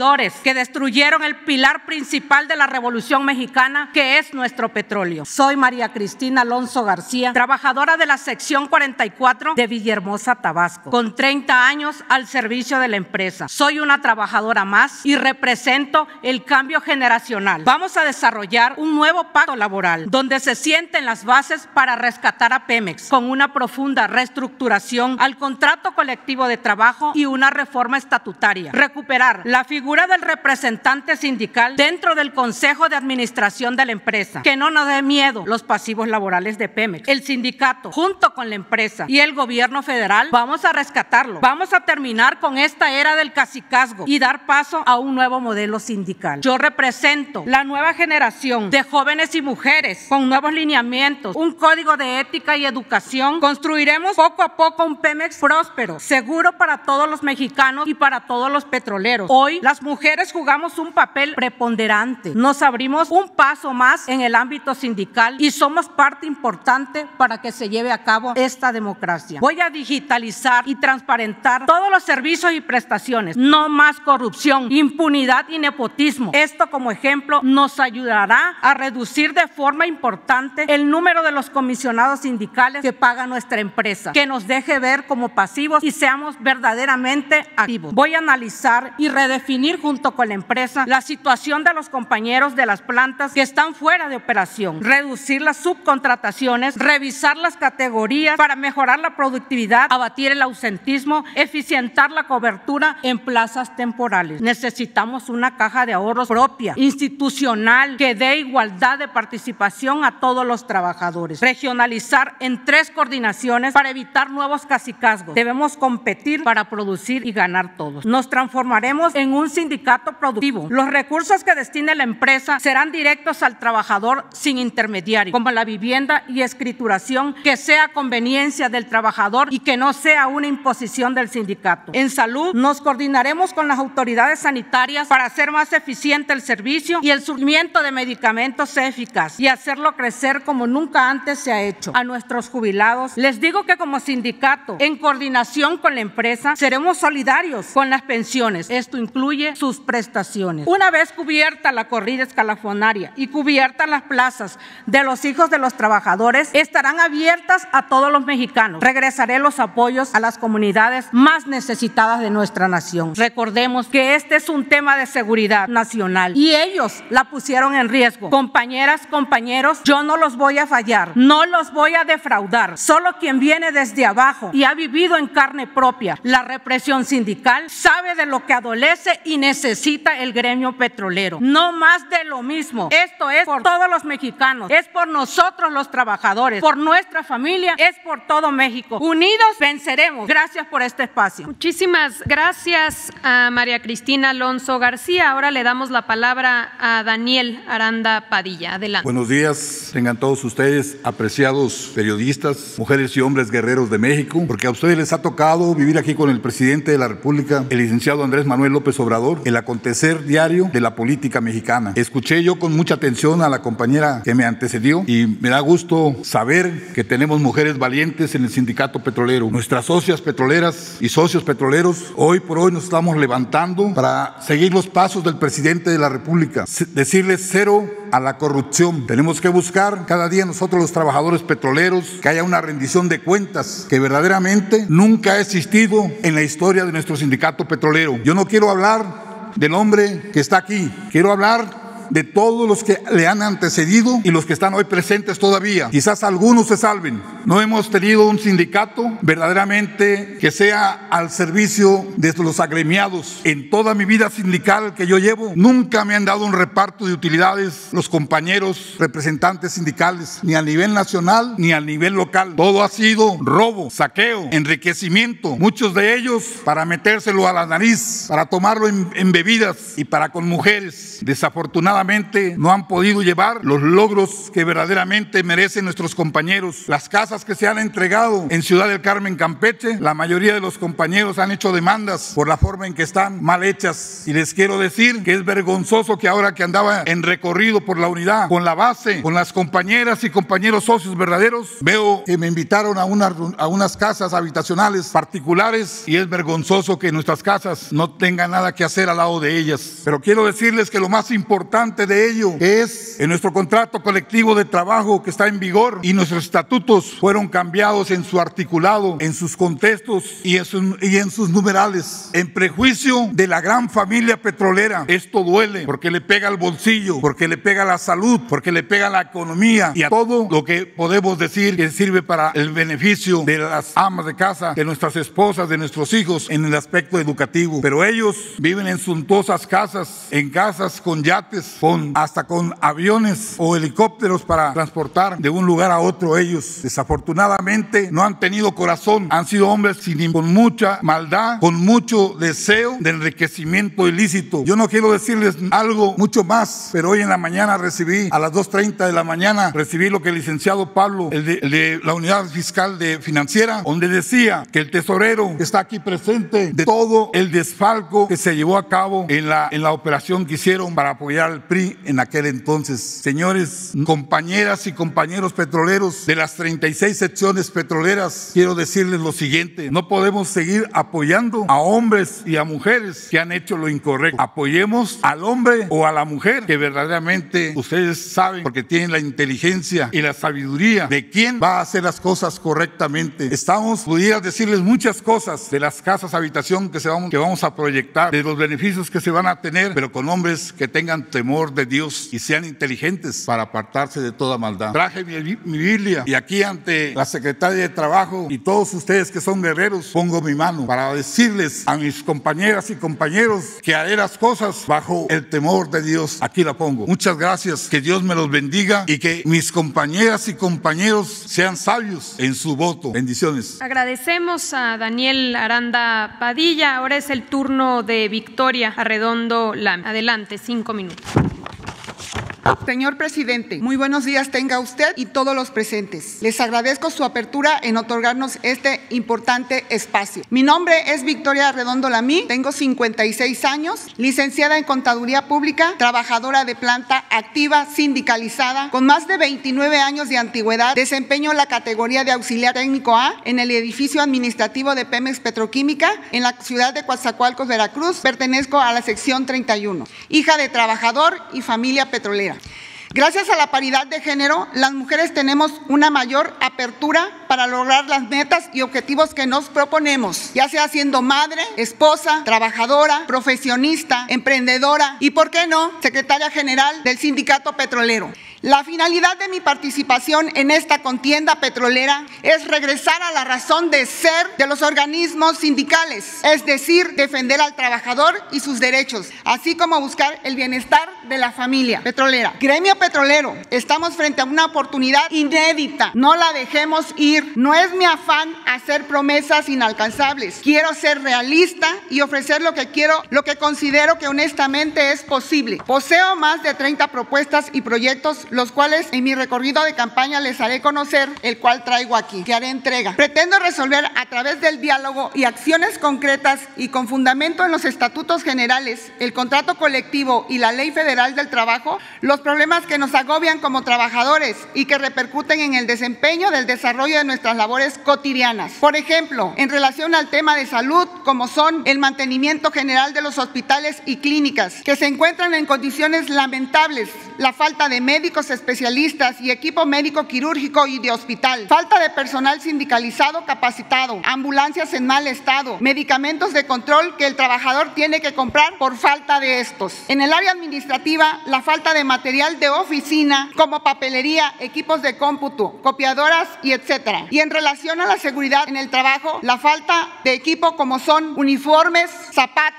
S16: explotadores que destruyeron el pilar principal de la Revolución Mexicana, que es nuestro petróleo. Soy María Cristina Alonso García, trabajadora de la sección 44 de Villahermosa, Tabasco, con 30 años al servicio de la empresa. Soy una trabajadora más y represento el cambio generacional. Vamos a desarrollar un nuevo pacto laboral donde se sienten las bases para rescatar a Pemex con una profunda reestructuración al contrato colectivo de trabajo y una reforma estatutaria. Recuperar la figura del representante sindical dentro del Consejo de Administración de la empresa. Que no nos dé miedo los pasivos laborales de Pemex. El sindicato, junto con la empresa y el gobierno federal, vamos a rescatarlo. Vamos a terminar con esta era del cacicazgo y dar paso a un nuevo modelo sindical. Yo represento la nueva generación de jóvenes y mujeres con nuevos lineamientos, un código de ética y educación. Construiremos poco a poco un Pemex próspero, seguro para todos los mexicanos y para todos los petroleros. Hoy las mujeres jugamos un papel preponderante. Nos abrimos un paso más en el ámbito sindical y somos parte importante para que se lleve a cabo esta democracia. Voy a digitalizar y transparentar todos los servicios y prestaciones. No más corrupción, impunidad y nepotismo. Esto, como ejemplo, nos ayudará a reducir de forma importante el número de los comisionados sindicales que paga nuestra empresa, que nos deje ver como pasivos y seamos verdaderamente activos. Voy a analizar y redefinir junto con la empresa la situación de los compañeros de las plantas que están fuera de operación, reducir las subcontrataciones, revisar las categorías para mejorar la productividad, abatir el ausentismo, eficientar la cobertura en plazas temporales. Necesitamos una caja de ahorros propia, institucional, que dé igualdad de participación a todos los trabajadores. Regionalizar en 3 coordinaciones para evitar nuevos cacicazgos. Debemos competir para producir y ganar todos. Nos transformaremos en un sindicato productivo. Los recursos que destine la empresa serán directos al trabajador sin intermediario, como la vivienda y escrituración, que sea a conveniencia del trabajador y que no sea una imposición del sindicato. En salud, nos coordinaremos con las autoridades sanitarias para hacer más eficiente el servicio y el surtimiento de medicamentos sea eficaz y hacerlo crecer como nunca antes se ha hecho. A nuestros jubilados les digo que como sindicato, en coordinación con la empresa, seremos solidarios con las pensiones. Esto incluye sus prestaciones. Una vez cubierta la corrida escalafonaria y cubiertas las plazas de los hijos de los trabajadores, estarán abiertas a todos los mexicanos. Regresaré los apoyos a las comunidades más necesitadas de nuestra nación. Recordemos que este es un tema de seguridad nacional y ellos la pusieron en riesgo. Compañeras, compañeros, yo no los voy a fallar, no los voy a defraudar. Solo quien viene desde abajo y ha vivido en carne propia la represión sindical sabe de lo que adolece y necesita el gremio petrolero. No más de lo mismo. Esto es por todos los mexicanos, es por nosotros los trabajadores, por nuestra familia, es por todo México. Unidos venceremos. Gracias por este espacio.
S14: Muchísimas gracias a María Cristina Alonso García. Ahora le damos la palabra a Daniel Aranda Padilla. Adelante.
S17: Buenos días, tengan todos ustedes, apreciados periodistas, mujeres y hombres guerreros de México, porque a ustedes les ha tocado vivir aquí con el presidente de la República, el licenciado Andrés Manuel López Obrador, el acontecer diario de la política mexicana. Escuché yo con mucha atención a la compañera que me antecedió y me da gusto saber que tenemos mujeres valientes en el sindicato petrolero. Nuestras socias petroleras y socios petroleros hoy por hoy nos estamos levantando para seguir los pasos del presidente de la República, decirles cero a la corrupción. Tenemos que buscar cada día nosotros los trabajadores petroleros que haya una rendición de cuentas que verdaderamente nunca ha existido en la historia de nuestro sindicato petrolero. Yo no quiero hablar del hombre que está aquí, quiero hablar de todos los que le han antecedido y los que están hoy presentes todavía. Quizás algunos se salven. No hemos tenido un sindicato verdaderamente que sea al servicio de los agremiados. En toda mi vida sindical que yo llevo, nunca me han dado un reparto de utilidades los compañeros representantes sindicales, ni a nivel nacional ni a nivel local. Todo ha sido robo, saqueo, enriquecimiento, muchos de ellos para metérselo a la nariz, para tomarlo en bebidas y para con mujeres. Desafortunadamente desafortunadamente no han podido llevar los logros que verdaderamente merecen nuestros compañeros. Las casas que se han entregado en Ciudad del Carmen, Campeche, la mayoría de los compañeros han hecho demandas por la forma en que están mal hechas. Y les quiero decir que es vergonzoso que ahora que andaba en recorrido por la unidad, con la base, con las compañeras y compañeros socios verdaderos, veo que me invitaron a unas casas habitacionales particulares y es vergonzoso que nuestras casas no tengan nada que hacer al lado de ellas. Pero quiero decirles que lo más importante de ello es en nuestro contrato colectivo de trabajo que está en vigor y nuestros estatutos fueron cambiados en su articulado, en sus contextos y en sus numerales. En prejuicio de la gran familia petrolera, esto duele porque le pega al bolsillo, porque le pega a la salud, porque le pega a la economía y a todo lo que podemos decir que sirve para el beneficio de las amas de casa, de nuestras esposas, de nuestros hijos en el aspecto educativo. Pero ellos viven en suntuosas casas, en casas con yates, hasta con aviones o helicópteros para transportar de un lugar a otro. Ellos desafortunadamente no han tenido corazón, han sido hombres con mucha maldad, con mucho deseo de enriquecimiento ilícito. Yo no quiero decirles algo mucho más, pero hoy en la mañana recibí, a las 2:30 de la mañana, recibí lo que el licenciado Pablo, el de la unidad fiscal de financiera, donde decía que el tesorero que está aquí presente de todo el desfalco que se llevó a cabo en la operación que hicieron para apoyar al PRI en aquel entonces. Señores, compañeras y compañeros petroleros de las 36 secciones petroleras, quiero decirles lo siguiente: no podemos seguir apoyando a hombres y a mujeres que han hecho lo incorrecto. Apoyemos al hombre o a la mujer que verdaderamente ustedes saben, porque tienen la inteligencia y la sabiduría de quién va a hacer las cosas correctamente. Pudiera decirles muchas cosas de las casas habitación que vamos a proyectar, de los beneficios que se van a tener, pero con hombres que tengan temor de Dios y sean inteligentes para apartarse de toda maldad. Traje mi Biblia y aquí ante la secretaria de Trabajo y todos ustedes que son guerreros, pongo mi mano para decirles a mis compañeras y compañeros que haré las cosas bajo el temor de Dios. Aquí la pongo. Muchas gracias, que Dios me los bendiga y que mis compañeras y compañeros sean sabios en su voto. Bendiciones.
S14: Agradecemos a Daniel Aranda Padilla. Ahora es el turno de Victoria Arredondo Lamy. Adelante, 5 minutos.
S18: Señor presidente, muy buenos días tenga usted y todos los presentes. Les agradezco su apertura en otorgarnos este importante espacio. Mi nombre es Victoria Arredondo Lamy, tengo 56 años, licenciada en Contaduría Pública, trabajadora de planta, activa, sindicalizada, con más de 29 años de antigüedad. Desempeño la categoría de auxiliar técnico A en el edificio administrativo de Pemex Petroquímica en la ciudad de Coatzacoalcos, Veracruz. Pertenezco a la sección 31, hija de trabajador y familia petrolera. Gracias a la paridad de género, las mujeres tenemos una mayor apertura para lograr las metas y objetivos que nos proponemos, ya sea siendo madre, esposa, trabajadora, profesionista, emprendedora y, ¿por qué no?, secretaria general del Sindicato Petrolero. La finalidad de mi participación en esta contienda petrolera es regresar a la razón de ser de los organismos sindicales, es decir, defender al trabajador y sus derechos, así como buscar el bienestar de la familia petrolera. Gremio petrolero, estamos frente a una oportunidad inédita, no la dejemos ir. No es mi afán hacer promesas inalcanzables, quiero ser realista y ofrecer lo que considero que honestamente es posible. Poseo más de 30 propuestas y proyectos, los cuales en mi recorrido de campaña les haré conocer, el cual traigo aquí, que haré entrega. Pretendo resolver a través del diálogo y acciones concretas y con fundamento en los estatutos generales, el contrato colectivo y la Ley Federal del Trabajo, los problemas que nos agobian como trabajadores y que repercuten en el desempeño del desarrollo de nuestras labores cotidianas. Por ejemplo, en relación al tema de salud, como son el mantenimiento general de los hospitales y clínicas, que se encuentran en condiciones lamentables, la falta de médicos especialistas y equipo médico quirúrgico y de hospital, falta de personal sindicalizado capacitado, ambulancias en mal estado, medicamentos de control que el trabajador tiene que comprar por falta de estos. En el área administrativa, la falta de material de oficina como papelería, equipos de cómputo, copiadoras y etcétera. Y en relación a la seguridad en el trabajo, la falta de equipo como son uniformes, zapatos,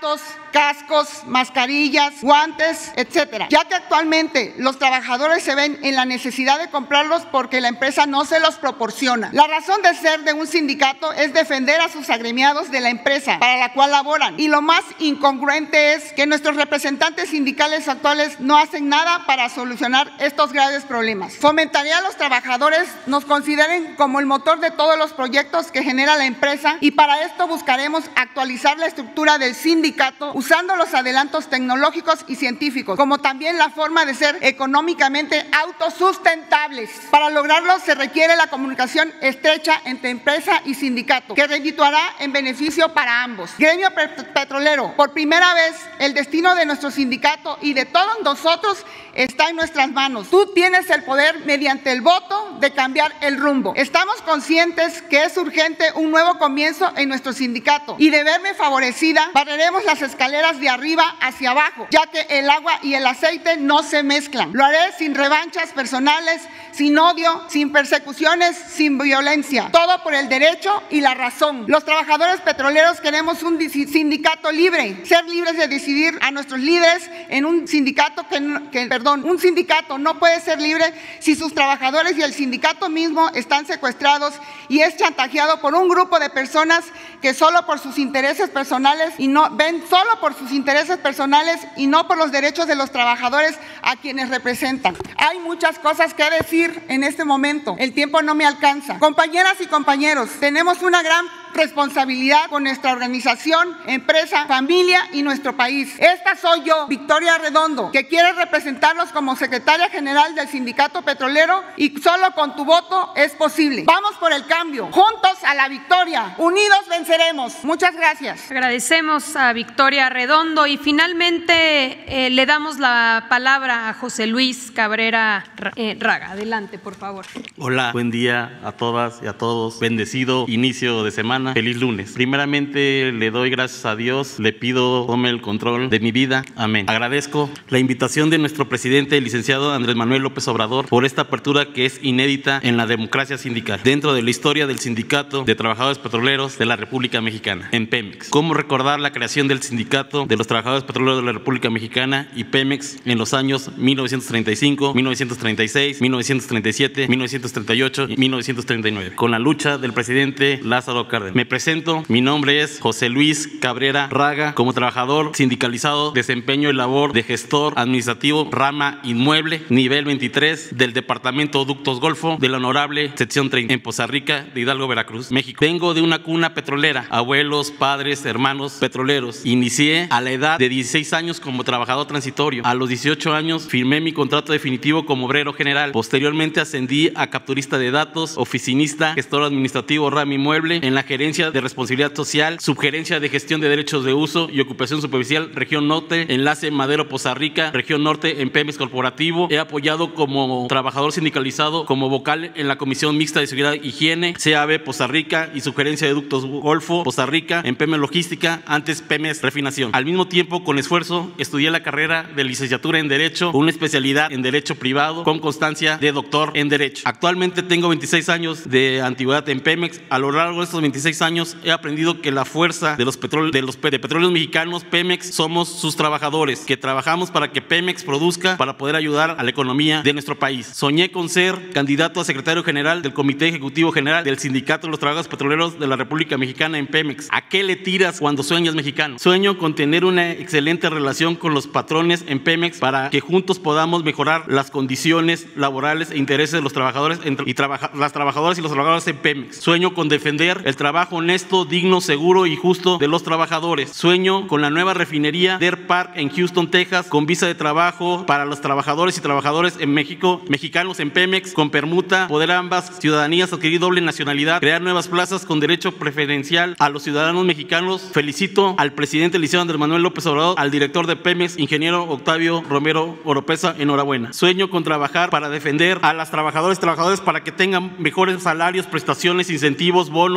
S18: cascos, mascarillas, guantes, etcétera, ya que actualmente los trabajadores se ven en la necesidad de comprarlos porque la empresa no se los proporciona. La razón de ser de un sindicato es defender a sus agremiados de la empresa para la cual laboran, y lo más incongruente es que nuestros representantes sindicales actuales no hacen nada para solucionar estos graves problemas. Fomentaría a los trabajadores nos consideren como el motor de todos los proyectos que genera la empresa, y para esto buscaremos actualizar la estructura del sindicato usando los adelantos tecnológicos y científicos, como también la forma de ser económicamente autosustentables. Para lograrlo se requiere la comunicación estrecha entre empresa y sindicato, que redituará en beneficio para ambos. Gremio petrolero, por primera vez el destino de nuestro sindicato y de todos nosotros está en nuestras manos. Tú tienes el poder mediante el voto de cambiar el rumbo. Estamos conscientes que es urgente un nuevo comienzo en nuestro sindicato, y de verme favorecida, barreremos las escaleras de arriba hacia abajo, ya que el agua y el aceite no se mezclan. Lo haré sin revanchas personales, sin odio, sin persecuciones, sin violencia. Todo por el derecho y la razón. Los trabajadores petroleros queremos un sindicato libre, ser libres de decidir a nuestros líderes en un sindicato un sindicato no puede ser libre si sus trabajadores y el sindicato mismo están secuestrados y es chantajeado por un grupo de personas que solo por sus intereses personales y no por los derechos de los trabajadores a quienes representan. Hay muchas cosas que decir en este momento. El tiempo no me alcanza. Compañeras y compañeros, tenemos una gran responsabilidad con nuestra organización, empresa, familia y nuestro país. Esta soy yo, Victoria Redondo, que quiere representarlos como secretaria general del Sindicato Petrolero, y solo con tu voto es posible. Vamos por el cambio, juntos a la victoria, unidos venceremos. Muchas gracias.
S14: Agradecemos a Victoria Redondo y finalmente le damos la palabra a José Luis Cabrera Raga. Adelante, por favor.
S19: Hola, buen día a todas y a todos. Bendecido inicio de semana. Feliz lunes. Primeramente le doy gracias a Dios, le pido tome el control de mi vida. Amén. Agradezco la invitación de nuestro presidente, el licenciado Andrés Manuel López Obrador, por esta apertura que es inédita en la democracia sindical, dentro de la historia del Sindicato de Trabajadores Petroleros de la República Mexicana, en Pemex. ¿Cómo recordar la creación del Sindicato de los Trabajadores Petroleros de la República Mexicana y Pemex en los años 1935, 1936, 1937, 1938 y 1939, con la lucha del presidente Lázaro Cárdenas? Me presento, mi nombre es José Luis Cabrera Raga. Como trabajador sindicalizado, desempeño el labor de gestor administrativo rama inmueble nivel 23 del departamento Ductos Golfo de la Honorable Sección 30 en Poza Rica de Hidalgo, Veracruz, México. Vengo de una cuna petrolera, abuelos, padres, hermanos petroleros. Inicié a la edad de 16 años como trabajador transitorio. A los 18 años firmé mi contrato definitivo como obrero general. Posteriormente ascendí a capturista de datos, oficinista, gestor administrativo rama inmueble en la gerencia de responsabilidad social, subgerencia de gestión de derechos de uso y ocupación superficial, región norte, enlace Madero Poza Rica, región norte en Pemex Corporativo. He apoyado como trabajador sindicalizado, como vocal en la Comisión Mixta de Seguridad e Higiene, CAB Poza Rica y subgerencia de Ductos Golfo Poza Rica, en Pemex Logística, antes Pemex Refinación. Al mismo tiempo, con esfuerzo, estudié la carrera de licenciatura en Derecho, una especialidad en Derecho Privado, con constancia de doctor en Derecho. Actualmente tengo 26 años de antigüedad en Pemex. A lo largo de estos 26 años he aprendido que la fuerza de los petróleos mexicanos, Pemex, somos sus trabajadores, que trabajamos para que Pemex produzca para poder ayudar a la economía de nuestro país. Soñé con ser candidato a secretario general del Comité Ejecutivo General del Sindicato de los Trabajadores Petroleros de la República Mexicana en Pemex. ¿A qué le tiras cuando sueñas, mexicano? Sueño con tener una excelente relación con los patrones en Pemex para que juntos podamos mejorar las condiciones laborales e intereses de los trabajadores las trabajadoras y los trabajadores en Pemex. Sueño con defender el trabajo honesto, digno, seguro y justo de los trabajadores. Sueño con la nueva refinería Deer Park en Houston, Texas, con visa de trabajo para los trabajadores y trabajadores en México, mexicanos en Pemex, con permuta, poder ambas ciudadanías, adquirir doble nacionalidad, crear nuevas plazas con derecho preferencial a los ciudadanos mexicanos. Felicito al presidente licenciado Andrés Manuel López Obrador, al director de Pemex, ingeniero Octavio Romero Oropesa, enhorabuena. Sueño con trabajar para defender a las trabajadoras y trabajadores para que tengan mejores salarios, prestaciones, incentivos, bonos, beneficios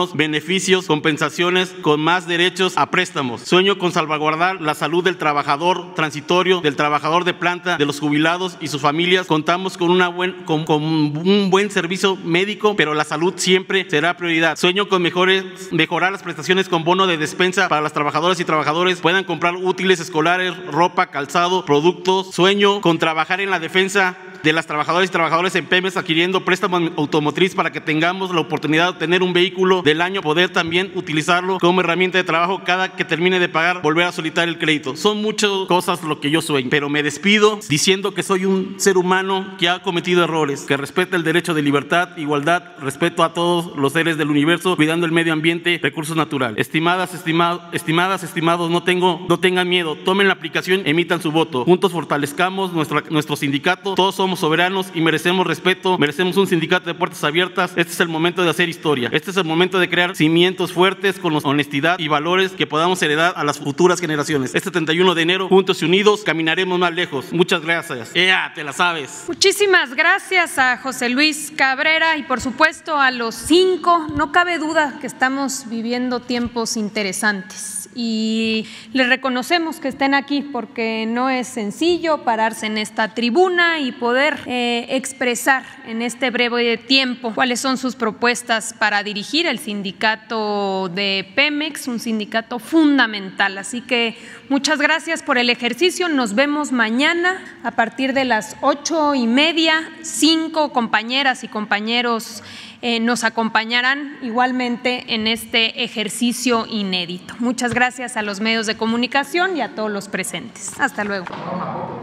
S19: beneficios, compensaciones, con más derechos a préstamos. Sueño con salvaguardar la salud del trabajador transitorio, del trabajador de planta, de los jubilados y sus familias. Contamos con un buen servicio médico, pero la salud siempre será prioridad. Sueño con mejorar las prestaciones con bono de despensa para las trabajadoras y trabajadores puedan comprar útiles escolares, ropa, calzado, productos. Sueño con trabajar en la defensa de las trabajadoras y trabajadores en Pemex, adquiriendo préstamo automotriz para que tengamos la oportunidad de obtener un vehículo del año, poder también utilizarlo como herramienta de trabajo cada que termine de pagar, volver a solicitar el crédito. Son muchas cosas lo que yo sueño, pero me despido diciendo que soy un ser humano que ha cometido errores, que respeta el derecho de libertad, igualdad, respeto a todos los seres del universo, cuidando el medio ambiente, recursos naturales. Estimadas, estimados, no tengan miedo, tomen la aplicación, emitan su voto. Juntos fortalezcamos nuestro sindicato. Todos somos soberanos y merecemos respeto, merecemos un sindicato de puertas abiertas. Este es el momento de hacer historia. Este es el momento de crear cimientos fuertes con honestidad y valores que podamos heredar a las futuras generaciones. Este 31 de enero, juntos y unidos, caminaremos más lejos. Muchas gracias. Te la sabes.
S14: Muchísimas gracias a José Luis Cabrera y por supuesto a los 5. No cabe duda que estamos viviendo tiempos interesantes y les reconocemos que estén aquí porque no es sencillo pararse en esta tribuna y poder expresar en este breve tiempo cuáles son sus propuestas para dirigir el sindicato de Pemex, un sindicato fundamental. Así que muchas gracias por el ejercicio. Nos vemos mañana a partir de las 8:30. 5 compañeras y compañeros nos acompañarán igualmente en este ejercicio inédito. Muchas gracias a los medios de comunicación y a todos los presentes. Hasta luego.